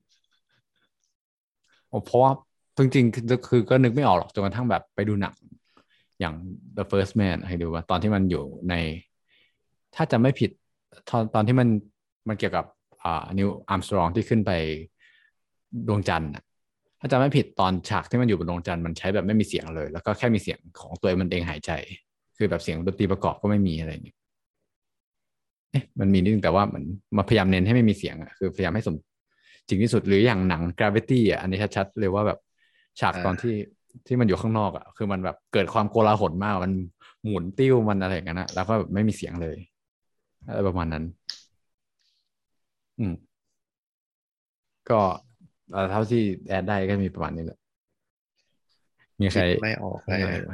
เพราะว่าจริงๆคือก็นึกไม่ออกหรอกจนกระทั่งแบบไปดูหนังอย่าง The First Man ให้ดูว่าตอนที่มันอยู่ในถ้าจะไม่ผิดตอนที่มันเกี่ยวกับนิวอาร์มสตรองที่ขึ้นไปดวงจันทร์น่ะถ้าจะไม่ผิดตอนฉากที่มันอยู่บนดวงจันทร์มันใช้แบบไม่มีเสียงเลยแล้วก็แค่มีเสียงของตัวมันเองหายใจคือแบบเสียงดนตรีประกอบก็ไม่มีอะไรอย่างเงี้ยมันมีนิดนึงแต่ว่ามันมาพยายามเน้นให้ไม่มีเสียงอ่ะคือพยายามให้สมจริงที่สุดหรืออย่างหนัง Gravity อ่ะอันนี้ชัดๆเลยว่าแบบฉากตอนที่มันอยู่ข้างนอกอ่ะคือมันแบบเกิดความโกลาหลมากมันหมุนติ้วมันอะไรอย่างนั้นนะแล้วก็แบบไม่มีเสียงเลยอะไรประมาณนั้นอืมก็เท่าที่แอดได้ก็มีประมาณนี้แหละมีใครคิดไม่ออกเลยนะมีอะไรไหม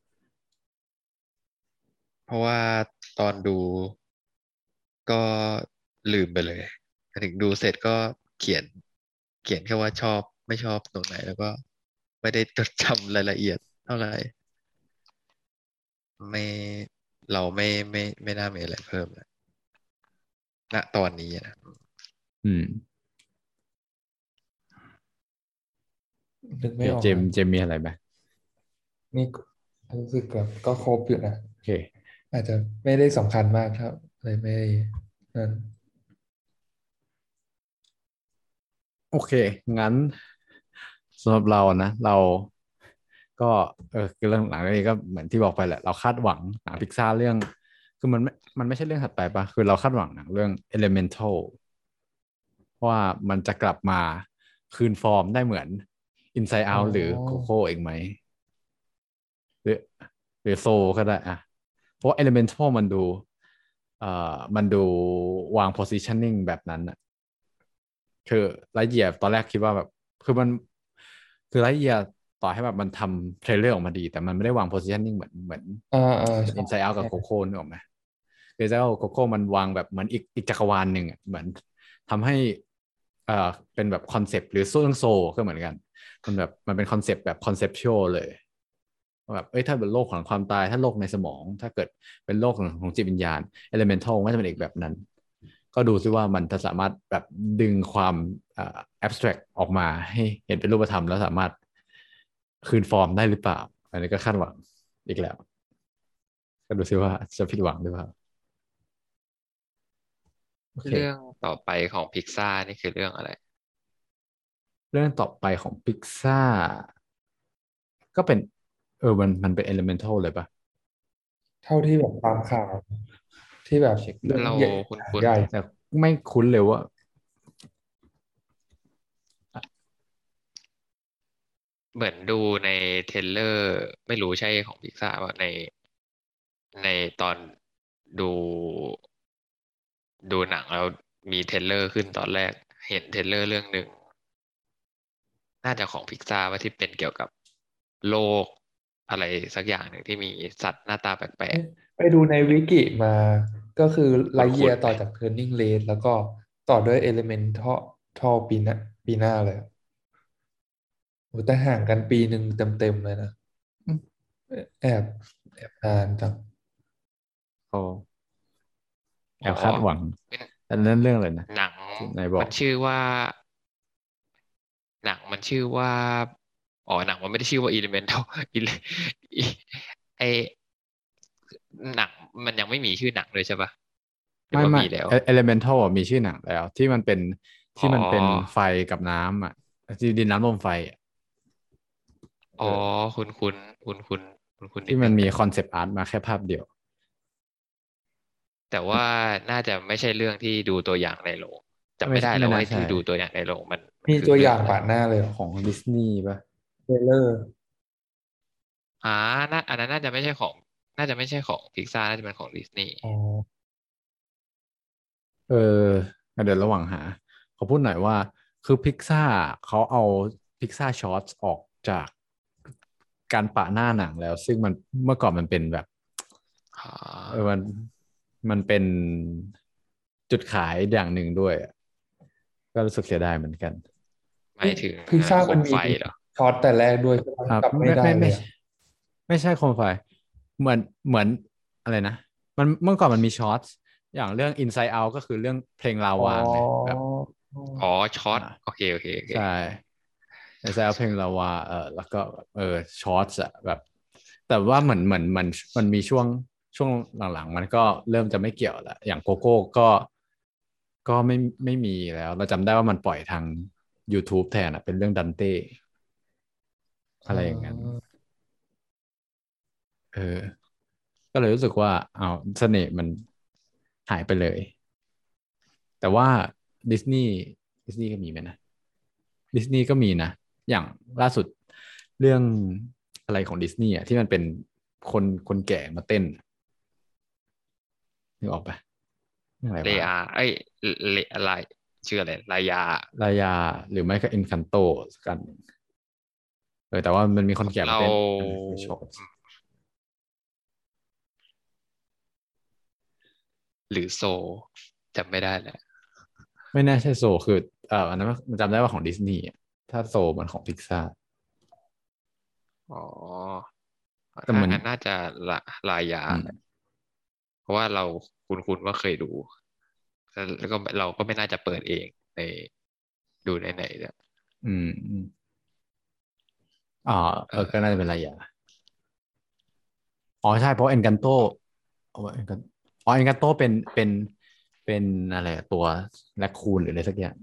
เพราะว่าตอนดูก็ลืมไปเลยถึงดูเสร็จก็เขียนเขียนแค่ว่าชอบไม่ชอบตรงไหนแล้วก็ไม่ได้จดจำรายละเอียดเท่าไหร่ไม่เราไม่น่ามีอะไรเพิ่มแล้วณตอนนี้นะอืมนึกโอเคไม่ออกเลยเจมมีอะไรไหมนี่ก็รู้สึกแบบก็ครบอยู่นะโอเคอาจจะไม่ได้สำคัญมากครับเลยไม่ได้นั่นโอเคงั้นสำหรับเรานะเราก็คือเรื่องหลังเรื่องนี้ก็เหมือนที่บอกไปแหละเราคาดหวังหนังพิกซ่าเรื่องคือมันไม่ใช่เรื่องถัดไปปะคือเราคาดหวังหนังเรื่อง Elemental ว่ามันจะกลับมาคืนฟอร์มได้เหมือน Inside อ๋ Out หรืออ Coco เองไหมหรือหรือโซก็ได้อะเพราะว่า Elemental มันดูมันดูวาง positioning แบบนั้นอะคือไลท์เยียร์ตอนแรกคิดว่าแบบคือมันคือไลท์เยียร์ต่อให้แบบมันทำเทรลเลอร์ออกมาดีแต่มันไม่ได้วาง positioning เหมือนใช่อินไซด์เอากับโคโค่นึกออกไหมคือไซด์เอาโคโค่มันวางแบบเหมือนอีกจักรวาลหนึ่งอะเหมือนทำให้เอ่อเป็นแบบคอนเซปต์หรือเรื่องโซก็เหมือนกันมันเป็นคอนเซปต์แบบคอนเซปชวลเลยแบบเอ้ยถ้าเป็นโลกของความตายถ้าโลกในสมองถ้าเกิดเป็นโลกของจิตวิญญาณเอเลเมนทัลก็จะเป็นอีกแบบนั้น ก็ดูซิว่ามันจะสามารถแบบดึงความabstract ออกมาให้เห็นเป็นรูปธรรมแล้วสามารถคืนฟอร์มได้หรือเปล่าอันนี้ก็คาดหวังอีกแล้วก็ดูซิว่าจะผิดหวังหรือเปล่าโอเคเรื่องต่อไปของพิกซ่านี่คือเรื่องอะไรเรื่องต่อไปของพิกซ่าก็เป็นมันเป็น elemental เลยปะเท่าที่แบบตามข่าวที่แบบเช็คดูเรื่องเราใหญ่คุ้นใหญ่แต่ไม่คุ้นเลยว่าๆเหมือนดูในเทรลเลอร์ไม่รู้ใช่ของพิกซ่าว่าในตอนดูดูหนังแล้วมีเทรลเลอร์ขึ้นตอนแรกเห็นเทรลเลอร์เรื่องหนึ่งน่าจะของพิกซ่าว่าที่เป็นเกี่ยวกับโลกอะไรสักอย่างหนึ่งที่มีสัตว์หน้าตาแปลไปกไปดูในวิกิมาก็คือๆไลท์เยีคุ้นๆไหมยร์ต่อจาก Turning Red แล้วก็ต่อด้วย Elemental ปีหน้าเลยโอ้แต่ห่างกันปีหนึ่งเต็มเลยนะอืมแอบแอบนานจังโอ้แออ๋อบคาดหวังเป็นแต่นั้นเรื่องอะไรนะหนังที่นายบอกมันชื่อว่า หนังมันชื่อว่าอ๋อหนังมันไม่ได้ชื่อว่า Elemental อิเลอิไอหนังมันยังไม่มีชื่อหนังเลยใช่ปะหรือไม่ว่ามีแล้ว Elemental อ่ะมีชื่อหนังแล้วอ๋อที่มันเป็นไฟกับน้ำอ่ะที่ดินน้ำลมไฟอ่ะอ๋อเออคุณคุณคุณคุณคุณคุณนิที่มันมีดนึงนะคอนเซปต์อาร์ตมาแค่ภาพเดียวแต่ว่าน่าจะไม่ใช่เรื่องที่ดูตัวอย่างในโรงจำไม่ไม่ได้แล้วว่าไม่น่าใช่ที่ดูตัวอย่างในโรงมันมีคือตัวอเรื่องอะไรย่างป่ะหน้าเลยเหรอของดิสนีย์ป่ะเทรลเลอร์อ่าอันนั้นน่าจะไม่ใช่ของน่าจะไม่ใช่ของพิกซาน่าจะเป็นของดิสนีย์อ๋อเออเดี๋ยวระหว่างหาขอพูดหน่อยว่าคือพิกซ่าเขาเอาพิกซ่าช็อตออกจากการปะหน้าหนังแล้วซึ่งมันเมื่อก่อนมันเป็นแบบอ่เออามันเป็นจุดขายอย่างหนึ่งด้วยอะก็รู้สึกเสียดายเหมือนกันหมายถึงพิกซ่าโคมไฟมันมีเหรอช็อตแต่แรกด้วยใช่ไหมอ่าจำไม่ไม่ไม่ไม่ได้เลยอะไม่ใช่โคมไฟเหมือนอะไรนะมันเมื่อก่อนมันมีช็อตอย่างเรื่อง Inside Out ก็คือเรื่องเพลงลาอ๋อวาไงแบบอ๋อช็อตอ่าโอเคโอเคโอเคใช่ Inside Out เพลงลาวาแล้วก็ช็อตอะแบบแต่ว่าเหมือนมันมีช่วงหลังๆมันก็เริ่มจะไม่เกี่ยวแล้วอย่างโกโก้ก็ไม่มีแล้วเราจำได้ว่ามันปล่อยทาง YouTube แทนอะเป็นเรื่องดันเต้อ่อะไรอย่างนั้นาเออ ก็เลยรู้สึกว่าเอาวเสน่ห์มันหายไปเลยแต่ว่าดิสนีย์ดิสนีย์ก็มีไหมนะดิสนีย์ก็มีนะอย่างล่าสุดเรื่องอะไรของดิสนีย์อ่ะที่มันเป็นคนแก่มาเต้นนึกออกปะเรื่องอะไรเลวะอาเอ้ยเลอะไรชื่ออะไรลายาลายาหรือไม่ก็อินคันโตสักกันแต่ว่ามันมีคนแก่มาเราเต้นในโชว์หรือโซจำไม่ได้แหละไม่น่าใช่โซคืออันนั้นมันจำได้ว่าของดิสนีย์อะถ้าโซมันของพิกซาอ๋อแต่มันถ้างั้นน่าจะละลายาอืมแหละเพราะว่าเราคุณว่าเคยดูแล้วก็เราก็ไม่น่าจะเปิดเองในดูในไหนเนี่ยอืมอ่าเออก็น่าจะเป็นลายา อ๋อใช่เพราะเอ็นกันโตอ๋อเอ็นกันอ๋อเอ็นกันโตเป็นอะไรอะตัวแรคคูนหรืออะไรสักอย่าง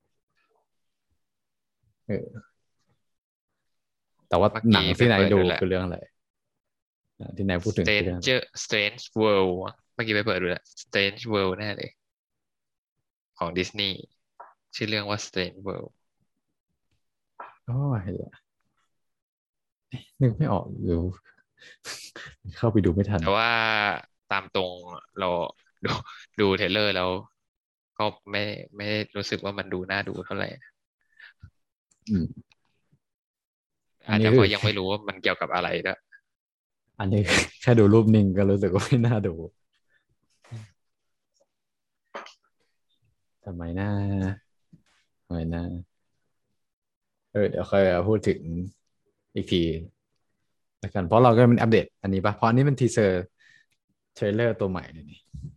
เออแต่ว่าเมื่อหนังกี้ไปที่นายดูเปิดดูแหละคือเรื่องอะไรที่นายพูดถึงคือเรื่องอะไร Strange World เมื่อกี้ไปเปิดดูแหละ Strange World แน่เลยของดิสนีย์ชื่อเรื่องว่า Strange World อ๋อเห็นละนึกไม่ออกหรือเข้าไปดูไม่ทันแต่ว่าตามตรงเราดูดูเทรลเลอร์แล้วก็ไม่ได้รู้สึกว่ามันดูน่าดูเท่าไหร่อืมอันอาจนี้คือจะเพราะยังไม่รู้ว่ามันเกี่ยวกับอะไรด้วยอันนี้แค่ดูรูปนิ่งก็รู้สึกว่าไม่น่าดูทำไมนะทำไมนะเดี๋ยวค่อยพูดถึงอีกทีแล้วกันเพราะเราก็เป็นอัปเดตอันนี้ปะเพราะอันนี้เป็นทีเซอร์เทรลเลอร์ตัวใหม่เลยนี่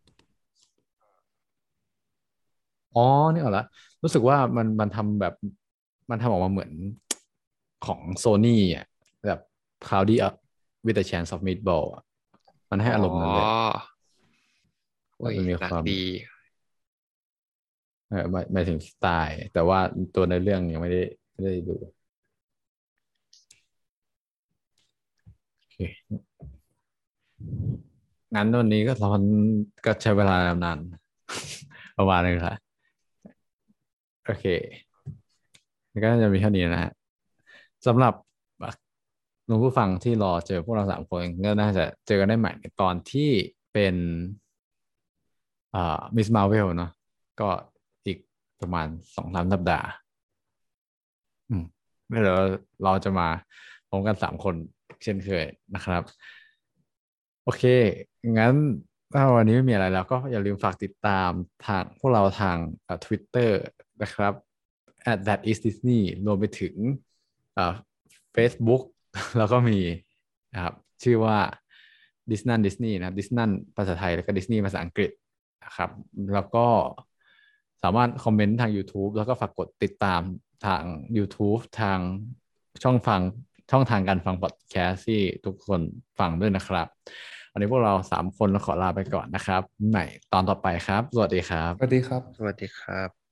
อ๋อนี่เอาละรู้สึกว่ามันทำแบบมันทำออกมาเหมือนของโซนี่อ่ะแบบ Cloudy with a Chance of Meatball อะมันให้อ๋ออารมณ์นั้นเลยแต่อุ้ยมันมีความหนังดีหมายถึงสไตล์แต่ว่าตัวในเรื่องยังไม่ได้ดูโอเค งั้นวันนี้ก็ตอนก็ใช้เวลานานประมาณนึงค่ะโอเคแล้วก็จะมีเท่านี้นะฮะสำหรับคุณผู้ฟังที่รอเจอพวกเราสามคนก็น่าจะเจอกันได้ใหม่ในตอนที่เป็นอ่ามิสมาเวลเนาะก็อีกประมาณ2-3 สัปดาห์อืมแล้วเดี๋ยวเราจะมาพร้อมกัน3 คนเช่นเคยนะครับโอเคงั้นถ้าวันนี้ไม่มีอะไรแล้วก็อย่าลืมฝากติดตามทางพวกเราทางTwitter นะครับ @thatisDisney รวมไปถึงอ่า Facebook แล้วก็มีนะครับชื่อว่าดิสนีย์นะครับดิสนีย์ภาษาไทยแล้วก็ดิสนีย์ภาษาอังกฤษนะครับแล้วก็สามารถคอมเมนต์ทาง YouTube แล้วก็ฝากกดติดตามทาง YouTube ทางช่องฟังช่องทางการฟังพอดแคสต์ที่ทุกคนฟังด้วยนะครับวันนี้พวกเรา3 คนขอลาไปก่อนนะครับใหม่ตอนต่อไปครับสวัสดีครับสวัสดีครับสวัสดีครับ